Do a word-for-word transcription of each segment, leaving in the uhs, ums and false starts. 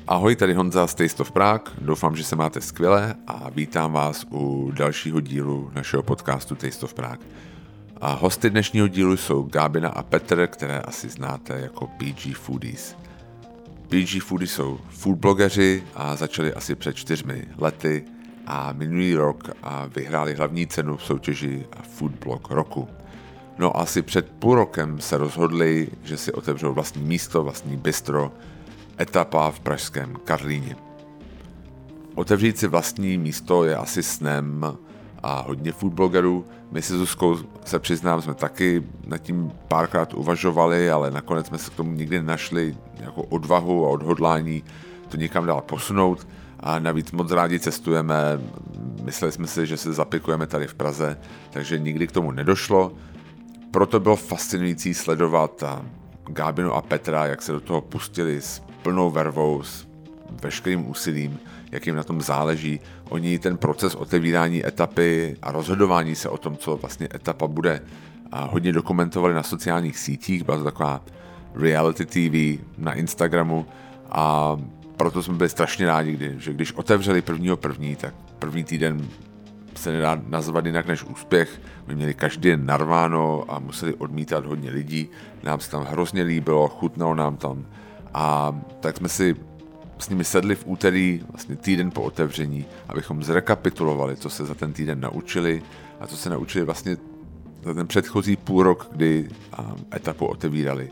Ahoj, tady Honza z Taste of Prague, doufám, že se máte skvěle a vítám vás u dalšího dílu našeho podcastu Taste of Prague. A hosty dnešního dílu jsou Gábina a Petr, které asi znáte jako P G Foodies. P G Foodies jsou food blogeři a začali asi před čtyřmi lety a minulý rok a vyhráli hlavní cenu v soutěži Food Blog roku. No asi před půl rokem se rozhodli, že si otevřou vlastní místo, vlastní bistro, Etapa v pražském Karlíně. Otevřít si vlastní místo je asi snem a hodně food blogerů. My si Zuzkou, se přiznám, jsme taky nad tím párkrát uvažovali, ale nakonec jsme se k tomu nikdy nenašli nějakou odvahu a odhodlání to někam dál posunout. A navíc moc rádi cestujeme, mysleli jsme si, že se zapikujeme tady v Praze, takže nikdy k tomu nedošlo. Proto bylo fascinující sledovat Gábinu a Petra, jak se do toho pustili s plnou vervou, s veškerým úsilím, jak jim na tom záleží. Oni ten proces otevírání etapy a rozhodování se o tom, co vlastně etapa bude, a hodně dokumentovali na sociálních sítích, byla to taková reality T V na Instagramu a proto jsme byli strašně rádi, kdy, že když otevřeli prvního první, tak první týden se nedá nazvat jinak než úspěch. My měli každý den narváno a museli odmítat hodně lidí. Nám se tam hrozně líbilo, chutnalo nám tam. A tak jsme si s nimi sedli v úterý, vlastně týden po otevření, abychom zrekapitulovali, co se za ten týden naučili a co se naučili vlastně za ten předchozí půl rok, kdy etapu otevírali.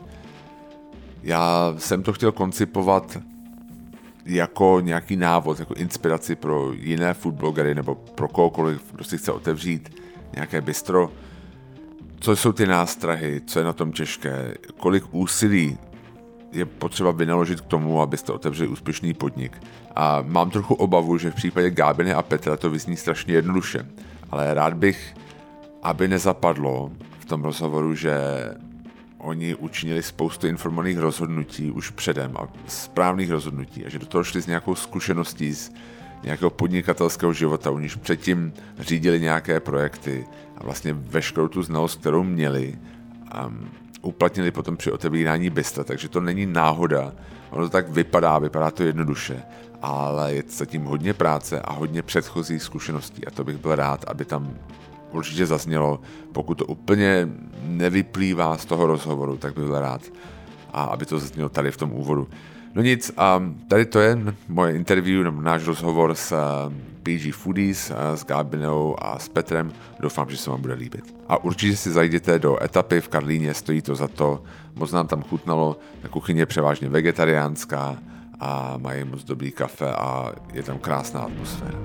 Já jsem to chtěl koncipovat jako nějaký návod, jako inspiraci pro jiné food blogery nebo pro kohokoliv, kdo si chce otevřít nějaké bistro. Co jsou ty nástrahy, co je na tom těžké, kolik úsilí je potřeba vynaložit k tomu, abyste otevřeli úspěšný podnik. A mám trochu obavu, že v případě Gábiny a Petra to vyzní strašně jednoduše, ale rád bych, aby nezapadlo v tom rozhovoru, že oni učinili spoustu informovaných rozhodnutí už předem a správných rozhodnutí a že do toho šli s nějakou zkušeností z nějakého podnikatelského života, u níž předtím řídili nějaké projekty a vlastně veškerou tu znalost, kterou měli, um, uplatnili potom při otevírání bistra, takže to není náhoda, ono to tak vypadá, vypadá to jednoduše, ale je zatím hodně práce a hodně předchozích zkušeností a to bych byl rád, aby tam určitě zaznělo, pokud to úplně nevyplývá z toho rozhovoru, tak bych byl rád, a aby to zaznělo tady v tom úvodu. No nic, a tady to je moje interview, nebo náš rozhovor s P G Foodies, s Gábinou a s Petrem. Doufám, že se vám bude líbit. A určitě si zajděte do Etapy v Karlíně, stojí to za to, moc nám tam chutnalo, ta kuchyně je převážně vegetariánská a mají moc dobrý kafe a je tam krásná atmosféra.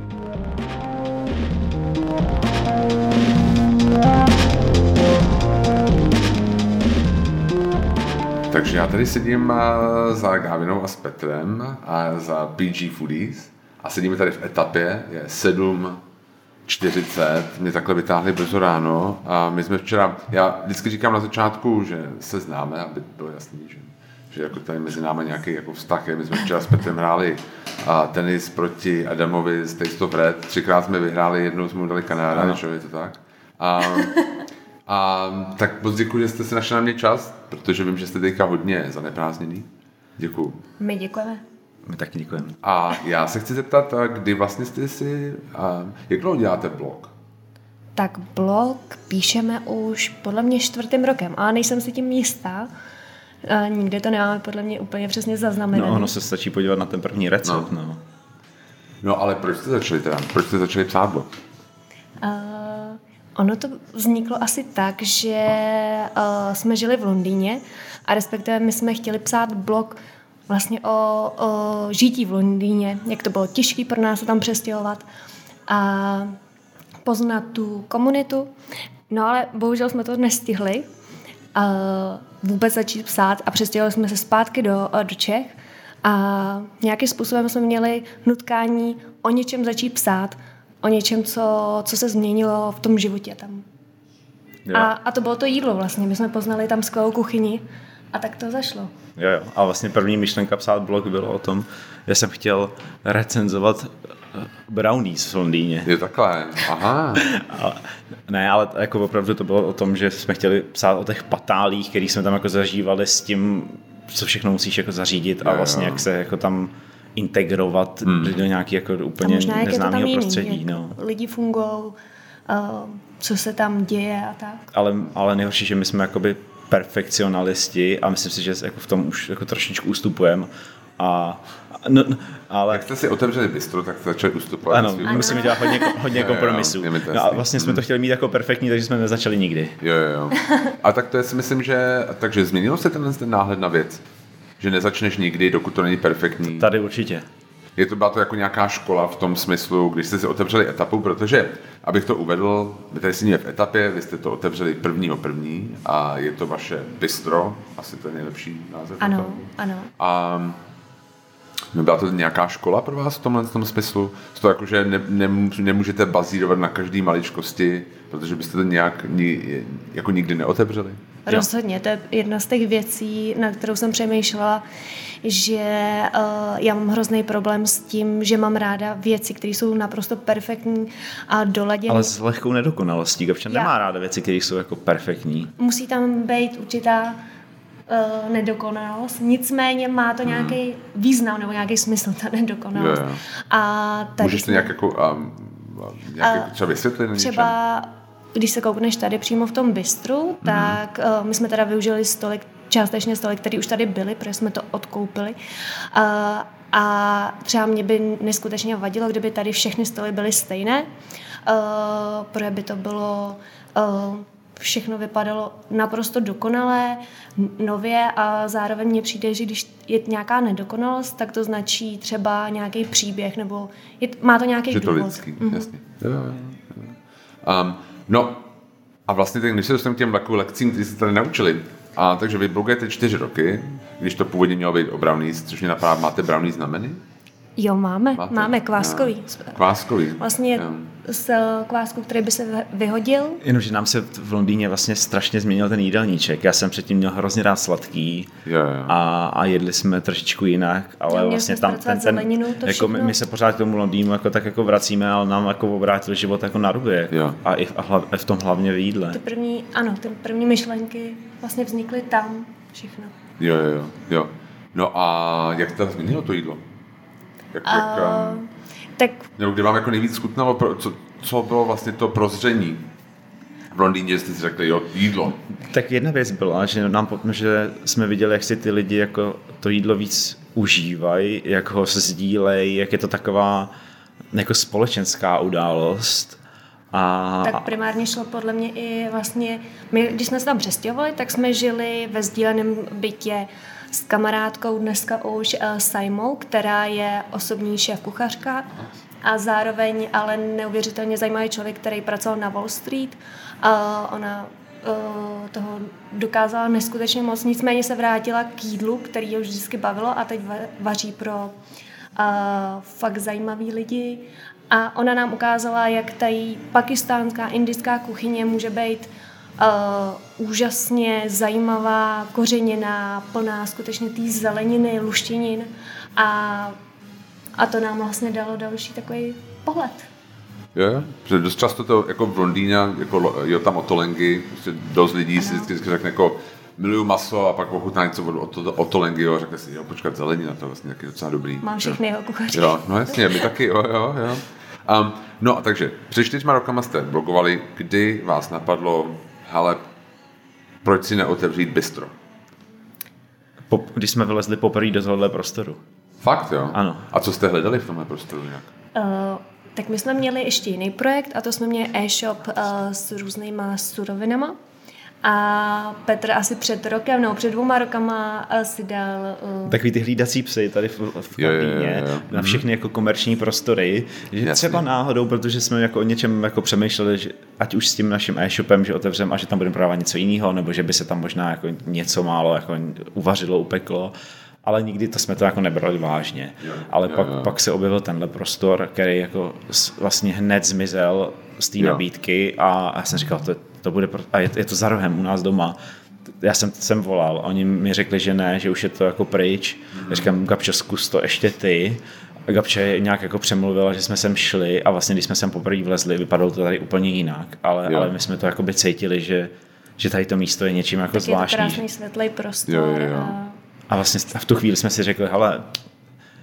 Takže já tady sedím za Gábinou a s Petrem a za P G Foodies a sedíme tady v Etapě, je sedm čtyřicet, mě takhle vytáhli brzo ráno a my jsme včera, já vždycky říkám na začátku, že se známe, aby bylo jasný, že, že jako tady mezi námi nějaký jako vztah je. My jsme včera s Petrem hráli a tenis proti Adamovi z Taste of Red, třikrát jsme vyhráli, jednou jsme mu dali Kanára, že je to tak? A, a tak moc děkuji, že jste si našli na mě čas, protože vím, že jste teďka hodně zaneprázdněný. Děkuju. My děkujeme. My taky děkujeme. A já se chci zeptat, kdy vlastně jste si, a jak dlouho děláte blog? Tak blog píšeme už podle mě čtvrtým rokem, ale nejsem si tím jistá. A nikdy to nemáme podle mě úplně přesně zaznamenané. No, ono se stačí podívat na ten první recept. No, no. no ale proč jste začali teda? Proč jste začali psát blog? Uh, ono to vzniklo asi tak, že uh, jsme žili v Londýně a respektive my jsme chtěli psát blog vlastně o, o žití v Londýně, jak to bylo těžké pro nás se tam přestěhovat a poznat tu komunitu. No ale bohužel jsme to nestihli uh, vůbec začít psát a přestěhovali jsme se zpátky do, do Čech a nějakým způsobem jsme měli nutkání o něčem začít psát, o něčem, co, co se změnilo v tom životě tam. A, a to bylo to jídlo vlastně. My jsme poznali tam skvělou kuchyni a tak to zašlo. Jo, jo. A vlastně první myšlenka psát blog bylo o tom, že jsem chtěl recenzovat brownies v Londýně. Je takhle, aha. A, ne, ale jako opravdu to bylo o tom, že jsme chtěli psát o těch patálích, který jsme tam jako zažívali s tím, co všechno musíš jako zařídit a vlastně jak se jako tam integrovat hmm. do nějaký jako úplně neznámého prostředí. No. Lidi fungují, uh, co se tam děje a tak. Ale, ale nejhorší, že my jsme jakoby perfekcionalisti a myslím si, že jako v tom už jako trošičku ustupujeme. A, no, ale... Jak jste si otevřeli bistro, tak jste začali ustupovat. Ano, my musíme dělat hodně, hodně kompromisů. Jo, jo, no a vlastně jsme to chtěli mít jako perfektní, takže jsme nezačali nikdy. Jo, jo. A tak to je si myslím, že takže změnilo se ten, ten náhled na věc? Že nezačneš nikdy, dokud to není perfektní? Tady určitě. Je to, byla to jako nějaká škola v tom smyslu, když jste si otevřeli etapu, protože, abych to uvedl, my tady sedíme v etapě, vy jste to otevřeli prvního první a je to vaše bistro, asi to je nejlepší název. Ano, ano. A no byla to nějaká škola pro vás v tomhle v tom smyslu? Z toho jako, že ne, ne, nemůžete bazírovat na každý maličkosti, protože byste to nějak ni, jako nikdy neotevřeli? Rozhodně, to je jedna z těch věcí, na kterou jsem přemýšlela, že uh, já mám hrozný problém s tím, že mám ráda věci, které jsou naprosto perfektní a doladěné. Ale s lehkou nedokonalostí, Gabča nemá ráda věci, které jsou jako perfektní. Musí tam být určitá uh, nedokonalost, nicméně má to nějaký hmm. význam nebo nějaký smysl, ta nedokonalost. Jo, jo. A tady můžeš to nějak jako um, nějak uh, třeba vysvětlit? Třeba když se koukneš tady přímo v tom bistru, mm. tak uh, my jsme teda využili stoly, částečně stoly, které už tady byly, protože jsme to odkoupili. Uh, a třeba mě by neskutečně vadilo, kdyby tady všechny stoly byly stejné, uh, protože by to bylo... Uh, všechno vypadalo naprosto dokonalé, nově a zároveň mně přijde, že když je nějaká nedokonalost, tak to značí třeba nějaký příběh nebo je, má to nějaký důvod. Že to lidský, mm-hmm. jasně. Jo, jo, jo. Um, no a vlastně teď, když se dostaneme k těm lekcím, které jste tady naučili, a takže vy blogujete čtyři roky, když to původně mělo být o brownies, což mě napadá, máte brownies znameny? Jo, máme, máte? máme kváskový. No. Kváskový. Vlastně jo. Z kvásku, který by se vyhodil. Jenomže nám se v Londýně vlastně strašně změnil ten jídelníček. Já jsem předtím měl hrozně rád sladký jo, jo. A, a jedli jsme trošičku jinak, ale jo, vlastně tam ten, ten zeleninu, jako my, my se pořád k tomu Londýnu jako tak jako vracíme, ale nám jako obrátil život jako na ruby. Jo. A i v, a hlav, v tom hlavně v jídle. Ty první, ano, ty první myšlenky vlastně vznikly tam, všechno. Jo, jo, jo. jo. No a jak to změnilo to jídlo? Jak, uh, jak, um, tak... Nebo kde vám jako nejvíc chutnalo, co, co bylo vlastně to prozření v Londýně, jste si řekli, jo, jídlo. Tak jedna věc byla, že, nám, že jsme viděli, jak si ty lidi jako to jídlo víc užívají, jak ho sdílejí, jak je to taková jako společenská událost. A... Tak primárně šlo podle mě i vlastně, my, když jsme se tam přestěhovali, tak jsme žili ve sdíleném bytě s kamarádkou dneska už uh, Saimou, která je osobní šéfkuchařka a zároveň ale neuvěřitelně zajímavý člověk, který pracoval na Wall Street. Uh, ona uh, toho dokázala neskutečně moc, nicméně se vrátila k jídlu, který ji už vždycky bavilo a teď vaří pro uh, fakt zajímavý lidi. A ona nám ukázala, jak tady pakistánská, indická kuchyně může být Uh, úžasně zajímavá, kořeněná, plná skutečně té zeleniny, luštěnin a, a to nám vlastně dalo další takový pohled. Jo, protože dost často to jako v Londýně, jako jo, tam otolengy, prostě dost lidí ano. si vždycky řekne jako miluju maso a pak ochutná něco od otolengy, jo, řekne si, jo, počkat, zelenina, to je vlastně taky docela dobrý. Mám všechny jeho kuchařky. Jo, no jasně, my taky, jo, jo, jo. Um, no a takže, před čtyřma rokama jste blogovali, kdy vás napadlo, hele, proč si neotevřít bistro? Po, když jsme vylezli poprvé do tohohle prostoru. Fakt, jo? Ano. A co jste hledali v tomhle prostoru nějak? Uh, tak my jsme měli ještě jiný projekt a to jsme měli e-shop uh, s různýma surovinama. A Petr asi před rokem, nebo před dvouma rokama si dal... Uh... Takový ty hlídací psy tady v, v Londýně, na všechny jako komerční prostory. Že jasně. Třeba náhodou, protože jsme jako o něčem jako přemýšleli, že ať už s tím naším e-shopem, že otevřeme a že tam budeme prodávat něco jiného, nebo že by se tam možná jako něco málo jako uvařilo, upeklo. Ale nikdy to jsme to jako nebrali vážně. Jo, ale jo, pak, jo. pak se objevil tenhle prostor, který jako vlastně hned zmizel z té nabídky a já jsem říkal, to, to bude, a je, je to za rohem u nás doma. Já jsem, jsem volal, oni mi řekli, že ne, že už je to jako pryč. Mm-hmm. Já říkám, Gabčo, zkus to ještě ty. A Gabča nějak jako přemluvila, že jsme sem šli a vlastně, když jsme sem poprvé vlezli, vypadalo to tady úplně jinak. Ale, ale my jsme to jakoby cítili, že, že tady to místo je něčím jako tak zvláštní. Je to krásný světlej prostor. Jo, jo, jo. A... A vlastně v tu chvíli jsme si řekli, hele,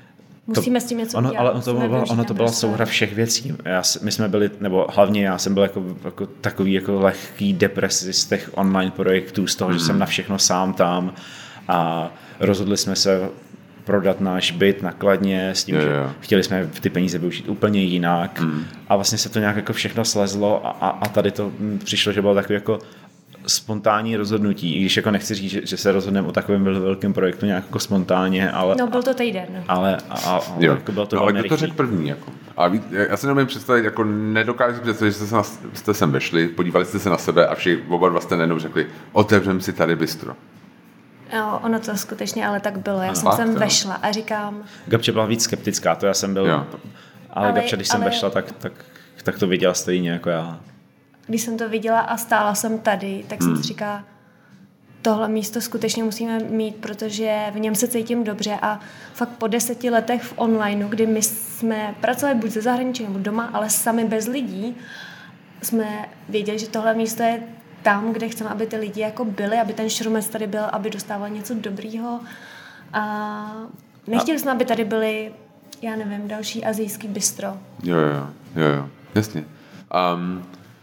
Musíme to, s tím něco ono, udělat. Ale ono to, bylo, ono to byla souhra všech věcí. Já, my jsme byli, nebo hlavně já jsem byl jako, jako takový jako lehký depresi z těch online projektů, z toho, mm. že jsem na všechno sám tam a rozhodli jsme se prodat náš byt na Kladně s tím, je, že je. chtěli jsme ty peníze využít úplně jinak mm. a vlastně se to nějak jako všechno slezlo a, a, a tady to přišlo, že bylo takový jako spontánní rozhodnutí, i když jako nechci říct, že, že se rozhodneme o takovém velkém projektu nějak jako spontánně, ale... No byl to týden. No. Ale, a, a, ale jako bylo to no, velmi ale kdo to řekl první? Jako? A ví, já si nemůžu představit, jako nedokážu si představit, že jste, se na, jste sem vešli, podívali jste se na sebe a všichni oba dva jste najednou řekli, otevřeme si tady bistro. Jo, ono to skutečně ale tak bylo. Já ano, jsem sem jo. vešla a říkám... Gabče byla víc skeptická, to já jsem byl... Jo. Ale, ale Gabče, když ale... jsem vešla, tak, tak, tak to viděla stejně jako já. Když jsem to viděla a stála jsem tady, tak jsem hmm. si říkala, tohle místo skutečně musíme mít, protože v něm se cítím dobře a fakt po deseti letech v onlineu, kdy my jsme pracovali buď ze zahraničí nebo doma, ale sami bez lidí, jsme věděli, že tohle místo je tam, kde chceme, aby ty lidi jako byli, aby ten šrumec tady byl, aby dostával něco dobrýho. A nechtěli jsme, aby tady byli, já nevím, další asijský bistro. Jo, jo, jo, jo, jasně. Um,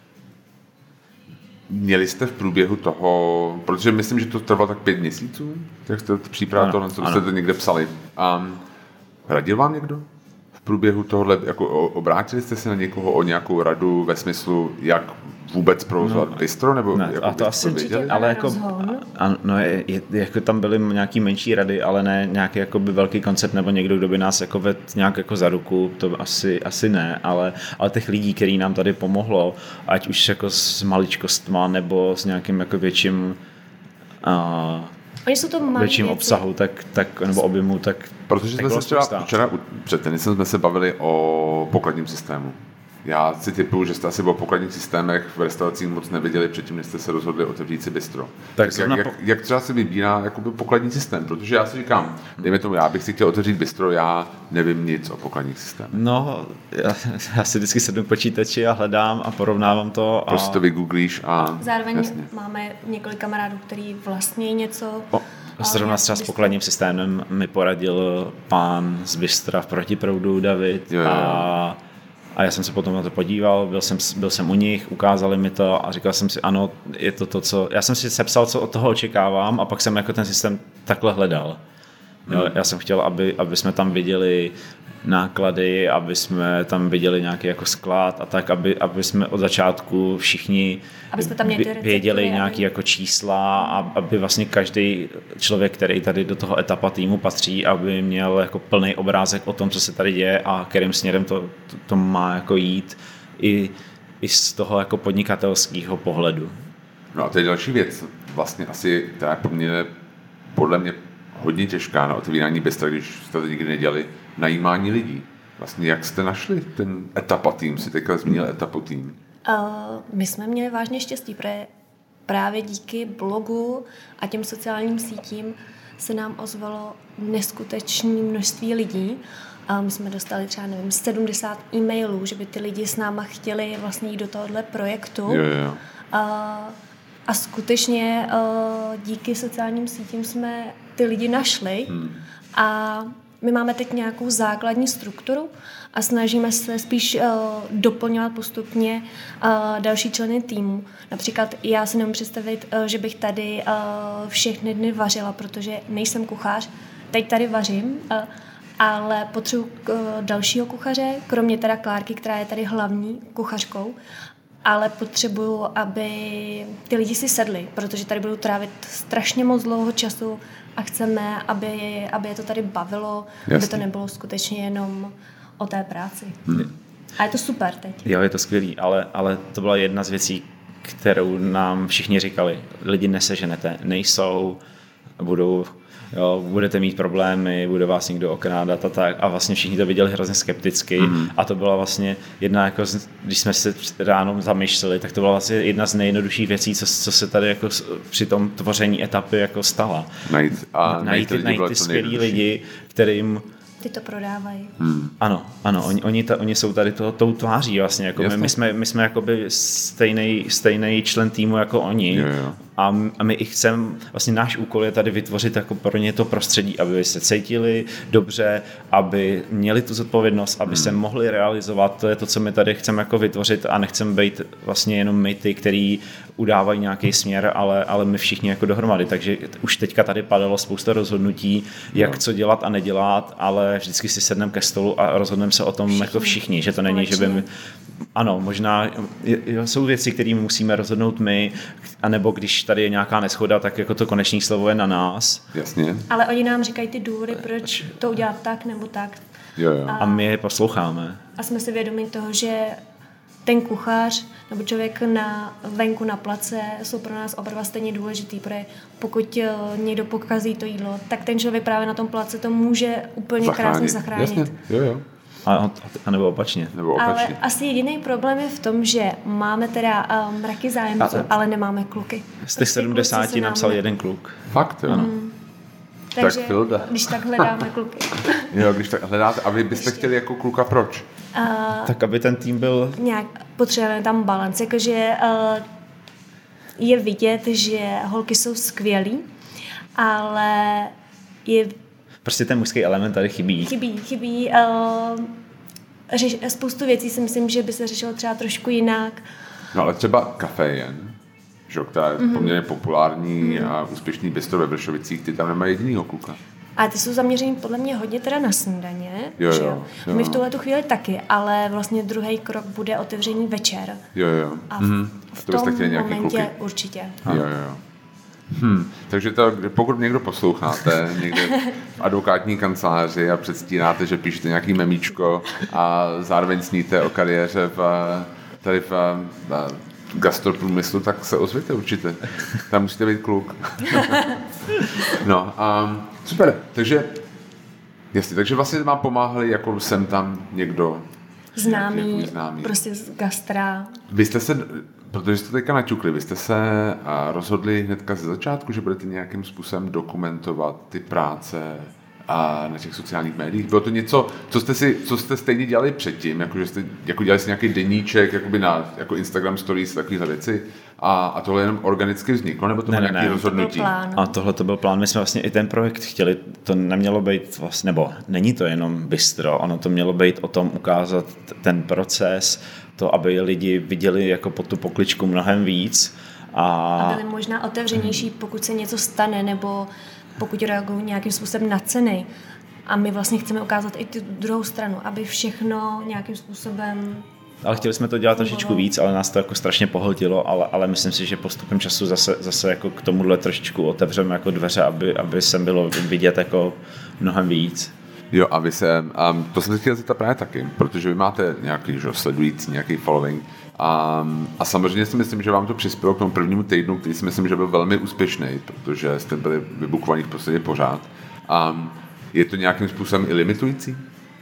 měli jste v průběhu toho, protože myslím, že to trvalo tak pět měsíců, jak jste příprava tohle, co jste to někde psali. Um, radil vám někdo? V průběhu tohohle, jako obrátili jste se na někoho o nějakou radu ve smyslu, jak vůbec provozovat no, bistro, nebo ne, jako a to asi věděli? Ale jako, a, no je, je, jako tam byly nějaký menší rady, ale ne nějaký jakoby velký koncept nebo někdo, kdo by nás jako ved nějak jako za ruku, to asi, asi ne, ale, ale těch lidí, který nám tady pomohlo, ať už jako s maličkostma nebo s nějakým jako větším a, Oni jsou to větším věci. obsahu, tak, tak, nebo objemu, tak protože jsme se třeba včera před tenisem jsme se bavili o pokladním systému. Já si typuju, že jste asi o pokladních systémech v restauracích moc nevěděli předtím, než jste se rozhodli otevřít si bistro. Tak, tak jak, jak, jak třeba se vybírá jakoby pokladní systém? Protože já si říkám, dejme tomu, já bych si chtěl otevřít bistro, já nevím nic o pokladních systémech. No, já, já si vždycky sednu k počítači a hledám a porovnávám to. A... Prostě to vygooglíš a... Zároveň jasně. máme několik kamarádů, který vlastně něco... O. Zrovna třeba s pokladním systémem mi poradil pán z bistra v Protiproudu, David, jo, jo. a A já jsem se potom na to podíval, byl jsem, byl jsem u nich, ukázali mi to a říkal jsem si, ano, je to to, co... Já jsem si sepsal, co od toho očekávám a pak jsem jako ten systém takhle hledal. Jo, hmm. Já jsem chtěl, aby, aby jsme tam viděli náklady, aby jsme tam viděli nějaký jako sklad a tak, aby, aby jsme od začátku všichni tam věděli nějaké jako čísla a aby vlastně každý člověk, který tady do toho etapa týmu patří, aby měl jako plný obrázek o tom, co se tady děje a kterým směrem to, to, to má jako jít i, i z toho jako podnikatelského pohledu. No a to je další věc, vlastně asi, která je poměrně podle mě hodně těžká na otevírání bistra, když jste to nikdy nedělali, najímání lidí. Vlastně jak jste našli ten etapa tým, si teďka zmínil etapu tým? Uh, my jsme měli vážně štěstí, protože právě díky blogu a těm sociálním sítím se nám ozvalo neskutečné množství lidí. A my jsme dostali třeba, nevím, sedmdesát e-mailů, že by ty lidi s náma chtěli vlastně jít do tohohle projektu. Jo, jo. Uh, a skutečně uh, díky sociálním sítím jsme ty lidi našli hmm. a my máme teď nějakou základní strukturu a snažíme se spíš uh, doplňovat postupně uh, další členy týmu. Například já si nemůžu představit, uh, že bych tady uh, všechny dny vařila, protože nejsem kuchař. Teď tady vařím, uh, ale potřebuji uh, dalšího kuchaře, kromě teda Klárky, která je tady hlavní kuchařkou. Ale potřebuju, aby ty lidi si sedli, protože tady budou trávit strašně moc dlouho času a chceme, aby, aby je to tady bavilo, jasně. Aby to nebylo skutečně jenom o té práci. Hmm. A je to super teď. Jo, je to skvělý, ale, ale to byla jedna z věcí, kterou nám všichni říkali. Lidi neseženete, nejsou, budou... Jo, budete mít problémy, bude vás někdo okrádat a tak. A vlastně všichni to viděli hrozně skepticky. Mm. A to byla vlastně jedna, jako, když jsme se ráno zamýšleli, tak to byla vlastně jedna z nejjednodušších věcí, co, co se tady jako při tom tvoření etapy jako stala. Najít, a najít, najít, najít ty skvělý lidi, kterým ty to prodávají. Hmm. Ano, ano, oni, oni, ta, oni jsou tady to, tou tváří vlastně, jako my, my jsme, my jsme jakoby stejnej, stejnej člen týmu jako oni jo, jo. A, a, a my i chceme, vlastně náš úkol je tady vytvořit jako pro ně to prostředí, aby se cítili dobře, aby měli tu zodpovědnost, aby hmm. se mohli realizovat, to je to, co my tady chceme jako vytvořit a nechceme být vlastně jenom my ty, který udávají nějaký směr, ale, ale my všichni jako dohromady, takže už teďka tady padalo spousta rozhodnutí, jak no. co dělat a nedělat, ale vždycky si sedneme ke stolu a rozhodneme se o tom všichni. jako všichni, že to není, že by my, ano, možná jsou věci, které musíme rozhodnout my, anebo když tady je nějaká neshoda, tak jako to konečné slovo je na nás. Jasně. Ale oni nám říkají ty důvody, proč to udělat tak nebo tak. Jo, jo. A, a my je posloucháme. A jsme si vědomi toho, že ten kuchař nebo člověk na venku na place jsou pro nás oba dva stejně důležitý, protože pokud někdo pokazí to jídlo, tak ten člověk právě na tom place to může úplně zachránit. krásně zachránit. Jasně, jo, jo. A, a nebo opačně. Nebo opačně. Ale asi jediný problém je v tom, že máme teda um, mraky zájemců, a, ale nemáme kluky. Z těch sedmdesáti napsal ne... jeden kluk. Fakt, jo? Ano. Mm. Takže tak Filda. Když tak hledáme kluky. Jo, když tak hledáte. A vy byste Ještě. chtěli jako kluka proč? Uh, tak aby ten tým byl... Nějak potřebujeme tam balans, jakože uh, je vidět, že holky jsou skvělý, ale je... Prostě ten mužský element tady chybí. Chybí, chybí. Uh, řeš, spoustu věcí si myslím, že by se řešilo třeba trošku jinak. No ale třeba Kafejen, že, která je mm-hmm. poměrně populární mm-hmm. a úspěšný bistro ve Vršovicích, ty tam nemají jedinýho kluka. A ty jsou zaměření podle mě hodně teda na snídaně, jo, že jo, jo. My v tuhletu chvíli taky, ale vlastně druhý krok bude otevření večer. Jo, jo. A v, mm-hmm. v to tom momentě kluky. určitě. Jo, jo, jo. Hmm. Takže to, pokud někdo posloucháte někde v advokátní kanceláři a předstíráte, že píšete nějaký memíčko a zároveň sníte o kariéře v, tady v, v gastroprůmyslu, tak se ozvěte určitě. Tam musíte být kluk. No, um, super. Takže, jasně, takže vlastně vám pomáhali, jako jsem tam někdo známý, nějaký, známý. prostě z gastra. Vy jste se, protože jste teďka naťukli, vy jste se rozhodli hnedka ze začátku, že budete nějakým způsobem dokumentovat ty práce a na těch sociálních médiích. Bylo to něco, co jste, si, co jste stejně dělali předtím, jako že jste jako dělali si nějaký deníček, jakoby na jako Instagram stories, takovéhle věci, a, a tohle jenom organicky vzniklo, nebo to bylo nějaké rozhodnutí? To a tohle to byl plán. My jsme vlastně i ten projekt chtěli, to nemělo být vlastně, nebo není to jenom bistro, ono to mělo být o tom ukázat ten proces, to, aby lidi viděli jako pod tu pokličku mnohem víc. A, a byli možná otevřenější, pokud se něco stane, nebo pokud reagují nějakým způsobem na ceny. A my vlastně chceme ukázat i tu druhou stranu, aby všechno nějakým způsobem... Ale chtěli jsme to dělat trošičku víc, ale nás to jako strašně pohltilo, ale, ale myslím si, že postupem času zase, zase jako k tomuhle trošičku otevřeme jako dveře, aby, aby se bylo vidět jako mnohem víc. Jo, a vy se, um, to jsem se chtěl zeptat právě taky, protože vy máte nějaký že, sledující, nějaký following a, a samozřejmě si myslím, že vám to přispělo k tomu prvnímu týdnu, který si myslím, že byl velmi úspěšný, protože jste byli vybukovaní v podstatě pořád. Um, je to nějakým způsobem i limitující?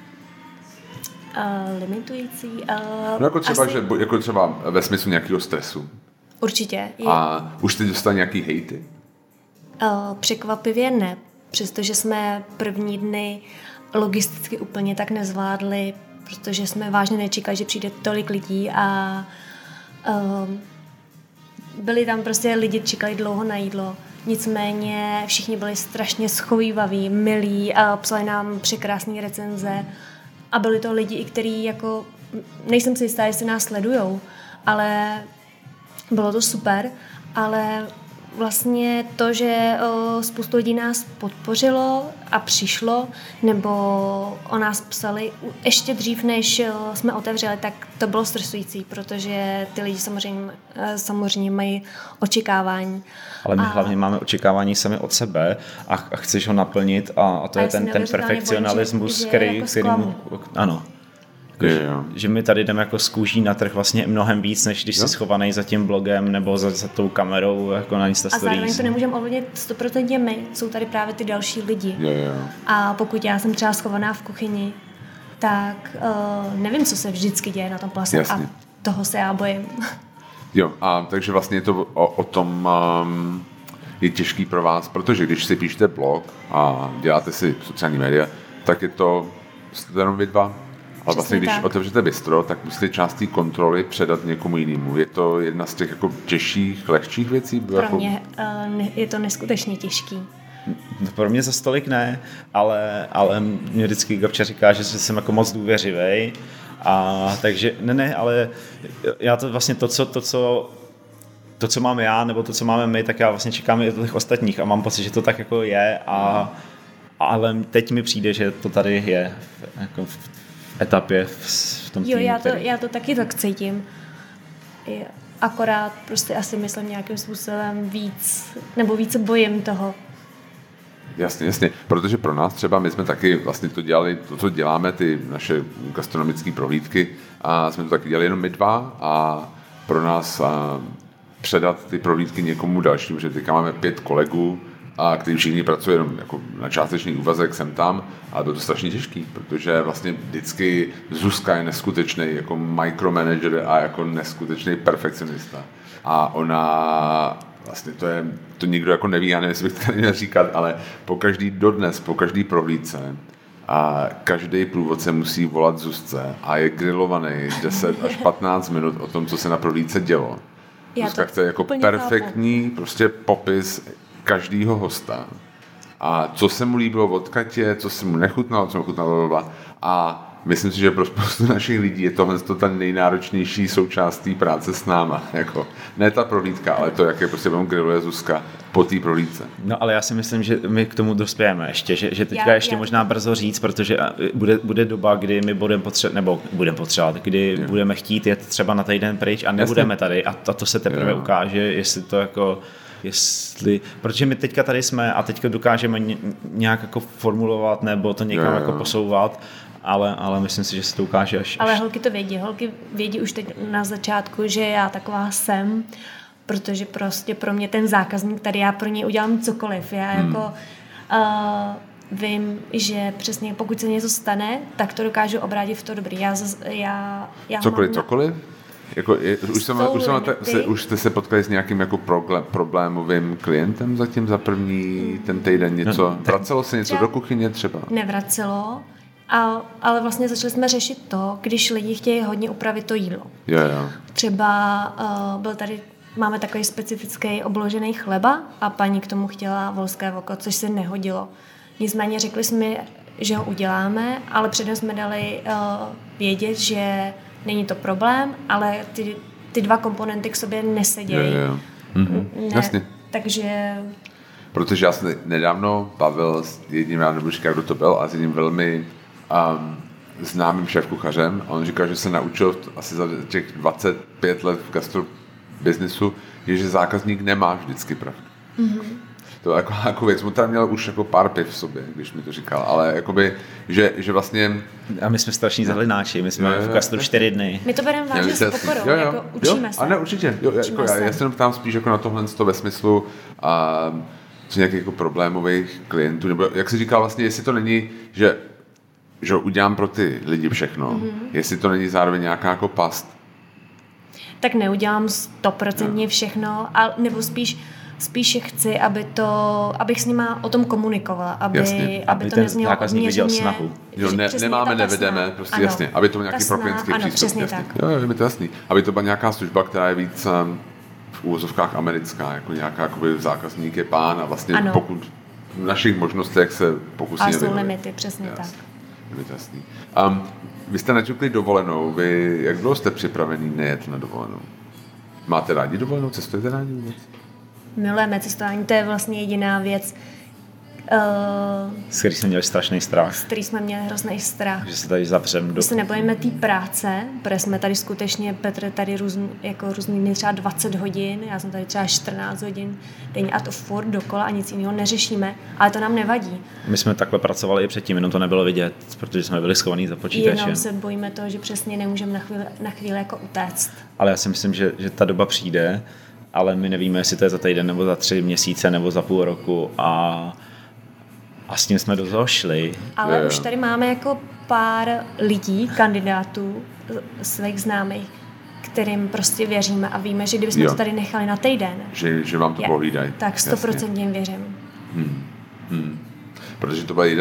Uh, limitující? Uh, no jako třeba, asi... že, jako třeba ve smyslu nějakého stresu. Určitě. Je... A už jste dostali nějaký hejty? Uh, překvapivě ne, přestože jsme první dny logisticky úplně tak nezvládli, protože jsme vážně nečekali, že přijde tolik lidí a um, byli tam prostě lidi, čekali dlouho na jídlo. Nicméně všichni byli strašně schovývaví, milí a psali nám překrásné recenze a byli to lidi, i kteří jako, nejsem si jistá, jestli nás sledujou, ale bylo to super, ale vlastně to, že o, spoustu lidí nás podpořilo a přišlo, nebo o nás psali ještě dřív, než o, jsme otevřeli, tak to bylo stresující, protože ty lidi samozřejmě, samozřejmě mají očekávání. Ale my a... hlavně máme očekávání sami od sebe a, a chceš ho naplnit a, a to a je ten, ten perfekcionalismus, bojím, že, který, že který mu, ano. Je, jo. Že my tady jdeme jako z kůží na trh vlastně mnohem víc, než když jo? jsi schovaný za tím blogem nebo za, za tou kamerou jako na Insta Stories. A zároveň to nemůžeme ovlivnit sto procent my, jsou tady právě ty další lidi. Jo, jo. A pokud já jsem třeba schovaná v kuchyni, tak uh, nevím, co se vždycky děje na tom plase. Jasně. A toho se já bojím. Jo, a takže vlastně je to o, o tom um, je těžký pro vás, protože když si píšete blog a děláte si sociální média, tak je to jste jenom vy dva. A vlastně, když tak. otevřete bistro, tak musíte část té kontroly předat někomu jinému. Je to jedna z těch jako těžších, lehčích věcí? Pro jako... mě uh, je to neskutečně těžký. Pro mě za stolik ne, ale, ale mě vždycky Gabča říká, že jsem jako moc důvěřivej. A takže, ne, ne, ale já to vlastně to, co, to, co to, co mám já, nebo to, co máme my, tak já vlastně čekám i od těch ostatních a mám pocit, že to tak jako je, a, ale teď mi přijde, že to tady je v, jako v etapě v, v tom Jo, týmu, já to, který... já to taky tak cítím. Akorát prostě asi myslím nějakým způsobem víc, nebo více bojím toho. Jasně, jasně, protože pro nás třeba, my jsme taky vlastně to dělali, to, co děláme, ty naše gastronomické prohlídky, a jsme to taky dělali jenom my dva, a pro nás a, předat ty prohlídky někomu dalšímu, že teďka máme pět kolegů, a kteří všichni pracují jenom jako na částečný úvazek sem tam, a bylo to strašně těžký, protože vlastně vždycky Zuzka je neskutečný jako micromanager a jako neskutečný perfekcionista. A ona vlastně to je, to nikdo jako neví, já nevím, jestli bych to neměl říkat, ale po každý dodnes, po každý prohlídce a každý průvodce musí volat Zuzce a je grilovaný deset až patnáct minut o tom, co se na prohlídce dělo. Já Zuzka chce jako perfektní chápu. Prostě popis každýho hosta. A co se mu líbilo od Katě, co se mu nechutnalo, co mu chutnalo, blablabla. A myslím si, že pro spoustu našich lidí je tohle to ta nejnáročnější součást té práce s náma. Jako, ne ta prohlídka, ale to, jak je prostě vám grilluje Zuzka po té prohlídce. No ale já si myslím, že my k tomu dospějeme ještě, že, že teďka já, ještě já. možná brzo říct, protože bude, bude doba, kdy my budeme potřebovat, nebo budeme potřebovat, kdy je. budeme chtít jet třeba na týden pryč a nebudeme Jasně. tady a to, to se teprve jo. ukáže, jestli to jako jestli, protože my teďka tady jsme a teďka dokážeme nějak jako formulovat nebo to někam jo, jo. jako posouvat, ale, ale myslím si, že se to ukáže až, až... Ale holky to vědí, holky vědí už teď na začátku, že já taková jsem, protože prostě pro mě ten zákazník tady, já pro něj udělám cokoliv, já hmm. jako uh, vím, že přesně pokud se něco stane, tak to dokážu obrátit v to dobrý. Já, já, já cokoliv, na... cokoliv? Jako je, už, jsem, už, jsem, se, už jste se potkali s nějakým jako problém, problémovým klientem zatím za první ten týden něco? No, vracelo se něco do kuchyně třeba? Nevracelo, a, ale vlastně začali jsme řešit to, když lidi chtějí hodně upravit to jídlo. Jo, jo. Třeba uh, byl tady, máme takový specifický obložený chleba a paní k tomu chtěla volské voko, což se nehodilo. Nicméně řekli jsme, že ho uděláme, ale předem jsme dali uh, vědět, že není to problém, ale ty, ty dva komponenty k sobě nesedějí. Jo, jo. Mhm. Ne, Jasně. Takže... Protože já jsem nedávno bavil s jedním, já nebudu říkat, kdo to byl, a s jedním velmi um, známým šéfkuchařem. A on říkal, že se naučil asi za těch dvacet pět let v gastrobiznisu, že zákazník nemá vždycky pravdu. Mm-hmm. To jako, jako věc, on tam měl už jako pár piv v sobě, když mi to říkal, ale jakoby, že, že vlastně... A my jsme strašní zahlináči, my jsme jo, jo, v gastru čtyři dny. My to bereme vážně s pokorou, jo, jo, jako učíme jo, se. A ne, určitě, jo, jako já, já se jenom ptám spíš jako na tohle ve smyslu a, nějakých jako problémových klientů, nebo jak jsi říkal vlastně, jestli to není, že, že udělám pro ty lidi všechno, mm-hmm. jestli to není zároveň nějaká jako past. Tak neudělám stoprocentně všechno, ale, nebo spíš spíše chci, aby to, abych s nima o tom komunikovala, aby, aby, aby to ten neznělo zákazník viděl snahu. Jo, ne, nemáme, nevedeme, prostě ano, jasně, aby to byl nějaký propěnský přístup. Přesně jasně. tak. Jo, je mi to jasný. Aby to byla nějaká služba, která je víc um, v úvozovkách americká, jako nějaká jakoby, zákazník je pán a vlastně ano. pokud v našich možnostech se pokusíme vyhovět. A jsou vyhovět. limity, přesně jasný, tak. Je mi to jasný. Um, vy jste naťukli dovolenou, vy jak dlouho jste připravený nejet na dovolenou? Máte rádi dovolenou? Cestujete rádi vůbec? Milujeme cestování, to je vlastně jediná věc, uh, s který jsme měli strašný strach. S který jsme měli hrozný strach. Že se tady zapřeme do... My se nebojíme té práce, protože jsme tady skutečně, Petr tady různý, jako různý třeba dvacet hodin, já jsem tady třeba čtrnáct hodin denně a to furt dokola a nic jiného neřešíme, ale to nám nevadí. My jsme takhle pracovali i předtím, jenom to nebylo vidět, protože jsme byli schovaní za počítačem. Jenom se bojíme toho, že přesně nemůžeme na chvíli, na chvíli jako utéct. Ale já si myslím, že, že ta doba přijde, ale my nevíme, jestli to je za týden, nebo za tři měsíce, nebo za půl roku a, a s tím jsme do toho šli. Ale je. Už tady máme jako pár lidí, kandidátů, svých známých, kterým prostě věříme a víme, že kdybychom jo. to tady nechali na týden, že, že vám to pohlídají. Tak sto procent jim věřím. Hmm. Hmm. Protože to byl jeden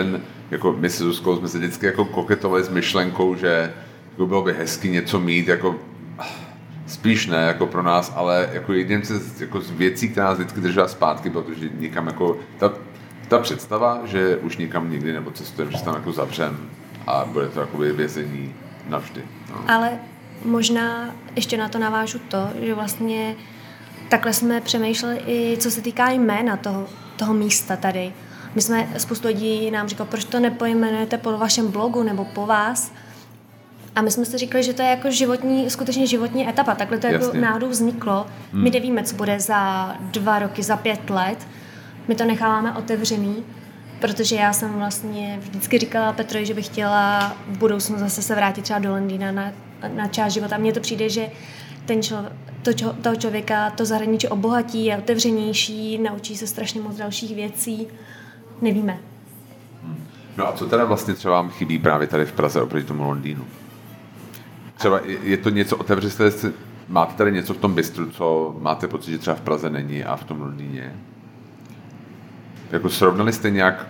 jako my se Zuzkou jsme se vždycky jako koketovali s myšlenkou, že jako bylo by hezky něco mít, jako spíš ne, jako pro nás, ale jako jedním z, jako z věcí, která nás vždycky držela zpátky, bylo to, že někam jako, ta, ta představa, že už nikam nikdy nebo cestujeme, že se tam jako zavřem a bude to jako vězení navždy. No. Ale možná ještě na to navážu to, že vlastně takhle jsme přemýšleli i co se týká jména toho, toho místa tady. My jsme, spoustu lidí nám říkalo, proč to nepojmenujete po vašem blogu nebo po vás. A my jsme si říkali, že to je jako životní, skutečně životní etapa. Takhle to jako náhodou vzniklo. Hmm. My nevíme, co bude za dva roky, za pět let. My to necháváme otevřený, protože já jsem vlastně vždycky říkala Petrovi, že bych chtěla v budoucnu zase se vrátit třeba do Londýna na, na část života. Mně to přijde, že ten člo, to, čo, toho člověka to zahraničí obohatí, je otevřenější, naučí se strašně moc dalších věcí. Nevíme. No a co teda vlastně třeba vám chybí právě tady v Praze oproti tomu Londýnu? Třeba je to něco, otevřeli jste, máte tady něco v tom bistru, co máte pocit, že třeba v Praze není a v tom Londýně? Jako srovnali jste nějak,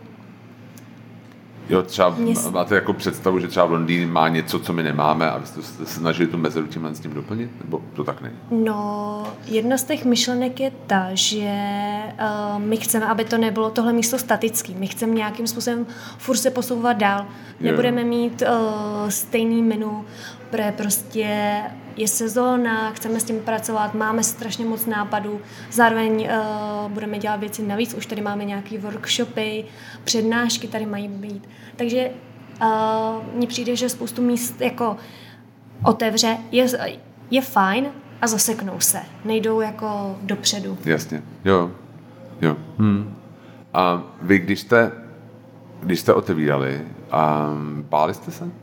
jo, třeba Mě... máte jako představu, že třeba v Londýně má něco, co my nemáme a vy jste se snažili tu mezeru tímhle s tím doplnit? Nebo to tak není? No, jedna z těch myšlenek je ta, že uh, my chceme, aby to nebylo tohle místo statický. My chceme nějakým způsobem furt se posouvat dál. Nebudeme jo. mít uh, stejný menu, protože prostě je sezóna, chceme s tím pracovat, máme strašně moc nápadů, zároveň uh, budeme dělat věci navíc, už tady máme nějaké workshopy, přednášky tady mají být. Takže uh, mně přijde, že spoustu míst jako otevře, je, je fajn a zaseknou se, nejdou jako dopředu. Jasně, jo, jo. Hmm. A vy, když jste, když jste otevírali, um, báli jste se?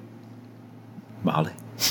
Báli.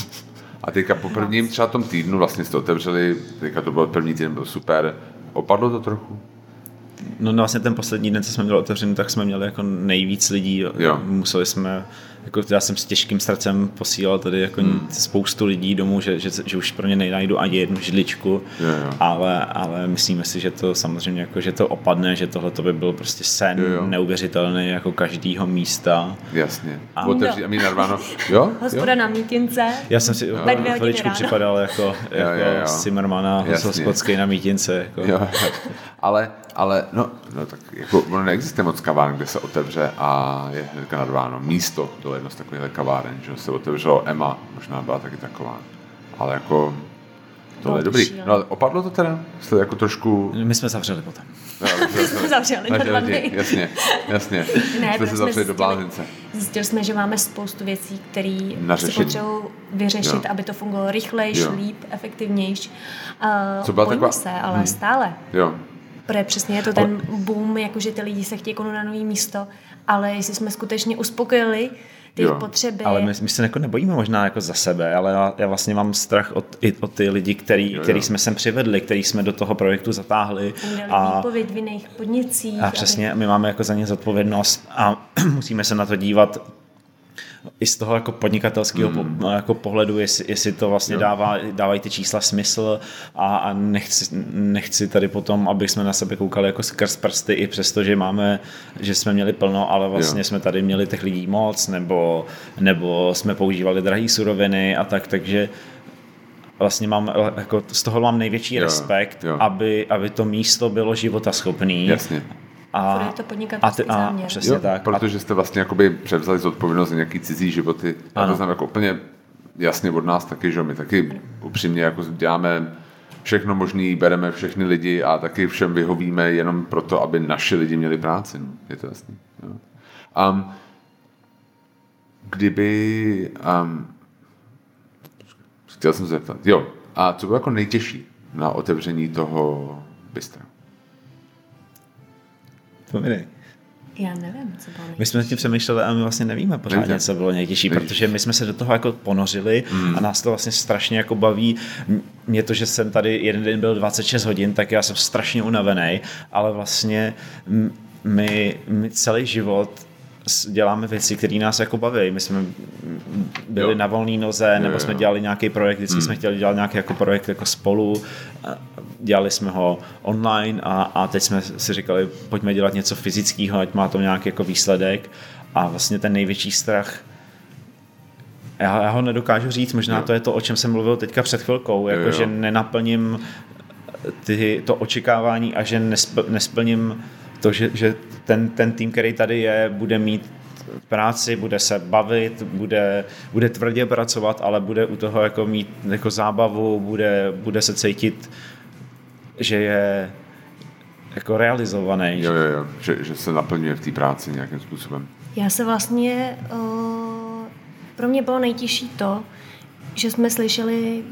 A teďka po prvním třeba tom týdnu vlastně jste otevřeli, teďka to byl první týden, byl super. Opadlo to trochu? No, no vlastně ten poslední den, co jsme měli otevřený, tak jsme měli jako nejvíc lidí. Jo. Museli jsme, jako já jsem s těžkým srdcem posílal tady jako hmm. spoustu lidí domů, že, že, že už pro ně nejnajdu ani jednu židličku, jo, jo. Ale, ale myslíme si, že to samozřejmě jako, že to opadne, že tohle to by byl prostě sen jo, jo. neuvěřitelný jako každýho místa. Jasně. A, Otevří, a mít narváno. Jo? Hospoda na mítince. Já jsem si chviličku připadal jako, jako jo, jo, jo. Zimmermana hospodský na mítince. Jako. Jo, ale, ale no, no tak jako ono neexistuje moc kaváren, kde se otevře a je hnedka nadváno. Místo do jedno z takových kaváren, že se otevřelo Emma, možná byla taky taková. Ale jako to je dobrý. No ale opadlo to teda? Jste jako trošku... My jsme zavřeli potom. No, my jsme zavřeli na dva dny. Jasně, jasně. Ne, jste se zavřeli do blázince. Zjistili jsme, že máme spoustu věcí, které si potřebují vyřešit, jo. aby to fungovalo rychlejš, líp, efektivnějš. Uh, Co byla taková... se, ale hmm. stále. Jo. Protože přesně je to ten boom, jakože ty lidi se chtějí konout na nový místo, ale jestli jsme skutečně uspokojili ty jo. potřeby. Ale my, my se jako nebojíme možná jako za sebe, ale já, já vlastně mám strach od, i od ty lidi, který, jo, který jsme sem přivedli, který jsme do toho projektu zatáhli. A výpověď v jiných podnicích. A přesně, aby... my máme jako za ně zodpovědnost a musíme se na to dívat i z toho jako podnikatelského mm. po, jako pohledu, jestli, jestli to vlastně dává, dávají ty čísla smysl a, a nechci, nechci tady potom, aby jsme na sebe koukali jako skrz prsty i přesto, že máme, že jsme měli plno, ale vlastně jo. jsme tady měli těch lidí moc, nebo, nebo jsme používali drahé suroviny a tak, takže vlastně mám, jako z toho mám největší jo. respekt, jo. Aby, aby to místo bylo životaschopný. Jasně. A, je to podnikatelský a, záměr. Přesně jo, tak. Protože jste vlastně jakoby převzali zodpovědnost za nějaký cizí životy. A to znamená jako úplně jasně od nás taky, že my taky upřímně jako děláme všechno možný, bereme všechny lidi a taky všem vyhovíme jenom proto, aby naši lidi měli práci. No. Je to jasný. Jo. Um, kdyby... Um, chtěl jsem se zeptat. Jo. A co bylo jako nejtěžší na otevření toho bystra? Povídej. Já nevím, co bylo nejtěžší. My jsme s tím přemýšleli a my vlastně nevíme pořádně, co bylo nejtěžší, protože my jsme se do toho jako ponořili mm. a nás to vlastně strašně jako baví. Mě to, že jsem tady jeden den byl dvacet šest hodin, tak já jsem strašně unavený, ale vlastně my, my celý život děláme věci, které nás jako baví. My jsme byli jo. na volné noze, nebo jo, jo. jsme dělali nějaký projekt, vždycky hmm. jsme chtěli dělat nějaký jako projekt jako spolu. Dělali jsme ho online a, a teď jsme si říkali, pojďme dělat něco fyzického, ať má to nějaký jako výsledek. a vlastně ten největší strach, já, já ho nedokážu říct, možná jo. to je to, o čem jsem mluvil teďka před chvilkou, jako že nenaplním ty, to očekávání a že nesp, nesplním to, že, že ten, ten tým, který tady je, bude mít práci, bude se bavit, bude, bude tvrdě pracovat, ale bude u toho jako mít jako zábavu, bude, bude se cítit, že je jako realizovaný. Jo, jo, jo. Že, že se naplňuje v té práci nějakým způsobem. Já se vlastně, uh, pro mě bylo nejtěžší to, že jsme slyšeli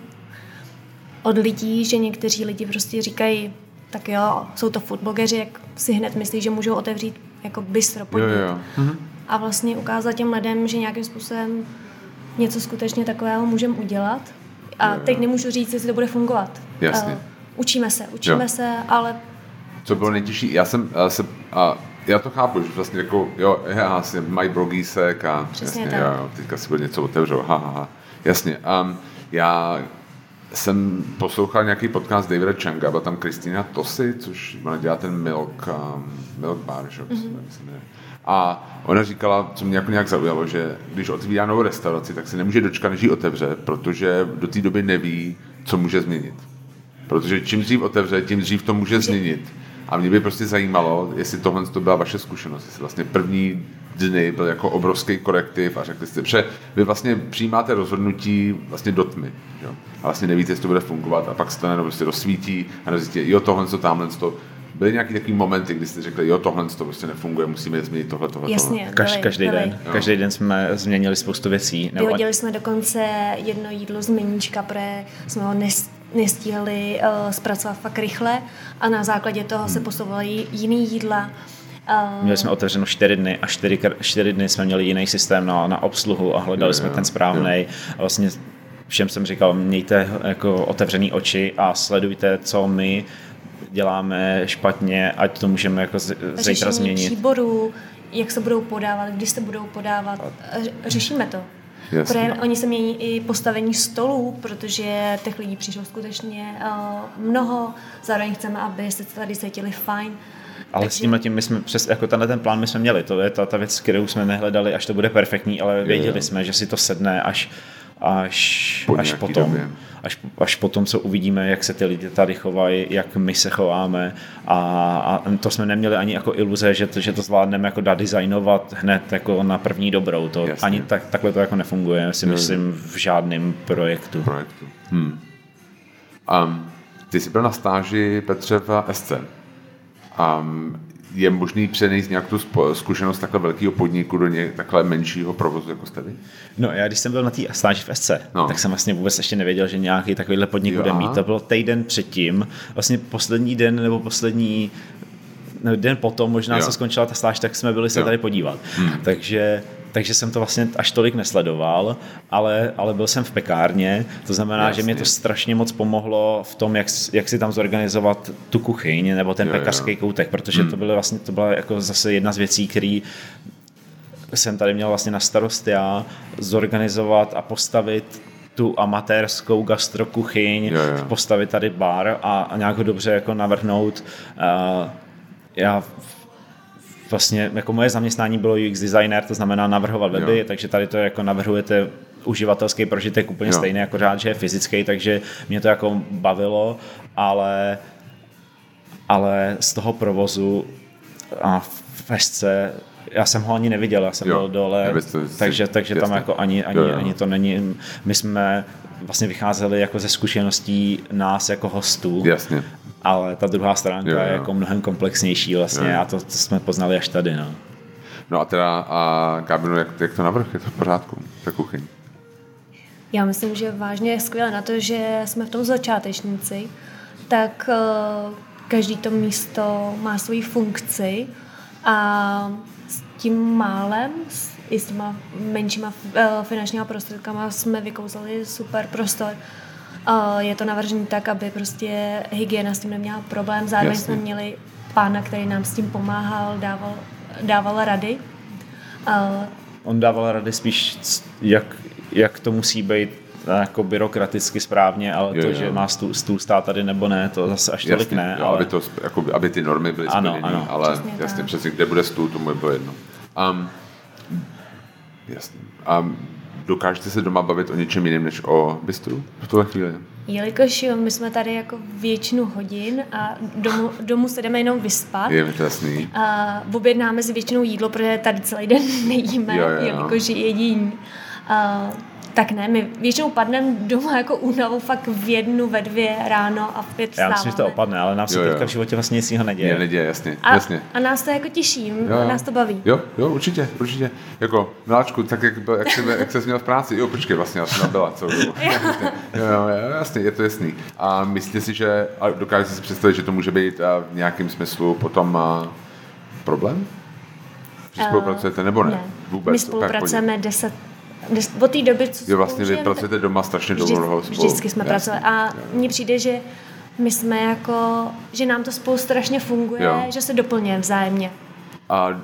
od lidí, že někteří lidi prostě říkají, tak jo, jsou to foodblogeři, jak si hned myslí, že můžou otevřít jako bistro podnik. Jo, jo. Mhm. A vlastně ukázat těm lidem, že nějakým způsobem něco skutečně takového můžeme udělat. A jo, jo. teď nemůžu říct, jestli to bude fungovat. Jasně. Uh, učíme se, učíme jo. se, ale... Co bylo nejtěžší? Já jsem, já, jsem, a já to chápu, že vlastně jako, jo, já si mají blogísek a přesně jasně, tak. jo, teďka si bude něco otevřou, ha, ha, ha. Jasně. Um, já jsem poslouchal nějaký podcast Davida Changa, byla tam Kristýna Tosy, což ona dělá ten Milk, um, Milk Bar, že? Mm-hmm. A ona říkala, co mě jako nějak zaujalo, že když otvírá novou restauraci, tak se nemůže dočkat, než ji otevře, protože do té doby neví, co může změnit. Protože čím dřív otevře, tím dřív to může změnit. A mě by prostě zajímalo, jestli tohle to byla vaše zkušenost, jestli vlastně první dny byl jako obrovský korektiv a řekli jste, že vy vlastně přijímáte rozhodnutí vlastně do tmy, jo? A vlastně nevíte, jestli to bude fungovat a pak se to najednou prostě rozsvítí a nezjistíte, jo, tohle, to, tamhle, to. Byly nějaký takový momenty, kdy jste řekli, jo, tohle to prostě nefunguje, musíme změnit tohle, tohle, Jasně, tohle. Kaž, byli, každý byli. den. Jo. Každý den jsme změnili spoustu věcí. Vyhodili jsme dokonce jedno jídlo z meníčka, protože jsme ho nes, nestíhali uh, zpracovat fakt rychle a na základě toho hmm. se posouvaly jiný jídla. Uh, Měli jsme otevřeno čtyři dny a čtyři, čtyři dny jsme měli jiný systém na, na obsluhu a hledali jo, jsme jo, ten správnej. A vlastně všem jsem říkal, mějte jako otevřený oči a sledujte, co my děláme špatně, ať to můžeme jako zítra změnit. Příborů, jak se budou podávat, když se budou podávat, řešíme to. Protože oni se mění i postavení stolů, protože těch lidí přišlo skutečně uh, mnoho, zároveň chceme, aby se tady cítili fajn. Ale Takže... s tímhle tím my jsme přes, jako tenhle ten plán my jsme měli, to je ta, ta věc, kterou jsme nehledali, až to bude perfektní, ale věděli je, jsme, že si to sedne až až, až potom, až, až potom, co uvidíme, jak se ty lidi tady chovají, jak my se chováme a, a to jsme neměli ani jako iluze, že to, že to zvládneme jako designovat hned jako na první dobrou, to Jasně. ani tak, takhle to jako nefunguje, si myslím, v žádném projektu. projektu. Hmm. Um, ty jsi byl na stáži, Petře, v S C. Um, je možný přenést nějak tu zkušenost takhle velkého podniku do něj, takhle menšího provozu, jako jste vy? No já když jsem byl na té stáži v S C, no. tak jsem vlastně vůbec ještě nevěděl, že nějaký takovýhle podnik jo, bude mít. To bylo týden předtím, vlastně poslední den nebo poslední no, den potom, možná jo. co skončila ta stáž, tak jsme byli se jo. tady podívat. Hmm. Takže Takže jsem to vlastně až tolik nesledoval, ale, ale byl jsem v pekárně, to znamená, Jasně. že mě to strašně moc pomohlo v tom, jak, jak si tam zorganizovat tu kuchyň nebo ten jo, pekařský jo. koutek, protože hmm. to bylo vlastně to byla jako zase jedna z věcí, který jsem tady měl vlastně na starost já, zorganizovat a postavit tu amatérskou gastrokuchyň, jo, jo. postavit tady bar a, a nějak ho dobře jako navrhnout. Uh, já Vlastně jako moje zaměstnání bylo U X designer, to znamená navrhovat weby, jo. takže tady to jako navrhujete uživatelský prožitek úplně jo. stejný jako řád, že je fyzický, takže mě to jako bavilo, ale, ale z toho provozu a v S C já jsem ho ani neviděl, já jsem jo. byl dole, to, takže, takže tam jako ani, ani, jo, jo. ani to není. My jsme vlastně vycházeli jako ze zkušeností nás jako hostů. Jasně. Ale ta druhá stránka jo, jo. je jako mnohem komplexnější vlastně jo. a to, to jsme poznali až tady. No, no a teda, a Gábino, jak, jak to navrh? Je to v pořádku, ta kuchyň? Já myslím, že vážně je skvělé na to, že jsme v tom začátečníci, tak uh, každý to místo má svoji funkci a s tím málem, s, i s těma menšíma uh, finančníma prostředkama jsme vykouzali super prostor. Uh, je to navržené tak, aby prostě hygiena s tím neměla problém. Zároveň Jasně. jsme měli pána, který nám s tím pomáhal, dával, dával rady. Uh, On dával rady spíš, jak, jak to musí být jako byrokraticky správně, ale jo, to, jo. že má stůl, stůl stát tady nebo ne, to zase až tolik jasně, ne. Jo, ale... aby, to, jako, aby ty normy byly splněny, ale přesně jasně, tak. přesně, kde bude stůl, tomu bylo jedno. Um, Jasně. A dokážete se doma bavit o něčem jiném než o bistru v tuhle chvíli? Jelikož my jsme tady jako většinu hodin a domů, domů se jdeme jenom vyspat. Je mi to jasný. A objednáme si většinou jídlo, protože tady celý den nejíme, jo, jo. jelikož jedím. A, tak ne, my většinou padneme doma jako únavu fakt v jednu, ve dvě ráno a v pět vstáváme. Já myslím, že to opadne, ale nám se teďka v životě vlastně nic jiného neděje. Ne, neděje, jasně, a, jasně. A nás to jako těší, jo, jo. nás to baví. Jo, jo, určitě, určitě. Jako, Miláčku, tak jak, byl, jak, jsi, jak jsi měl v práci? Jo, počkej, vlastně, já jsem tam byla celou dobu. Jo, jo, jasně, je to jasný. A myslíte si, že, a dokážete si představit, že to může být a v nějakém smyslu potom a, problém? Že spolupracujete, nebo ne? ne. Vůbec, my spolupracujeme deset od té doby, co jo, vlastně vy pracujete doma strašně dlouho spolu. Vždycky jsme pracovali a mně přijde, že my jsme jako, že nám to spolu strašně funguje, jo. že se doplňujeme vzájemně. A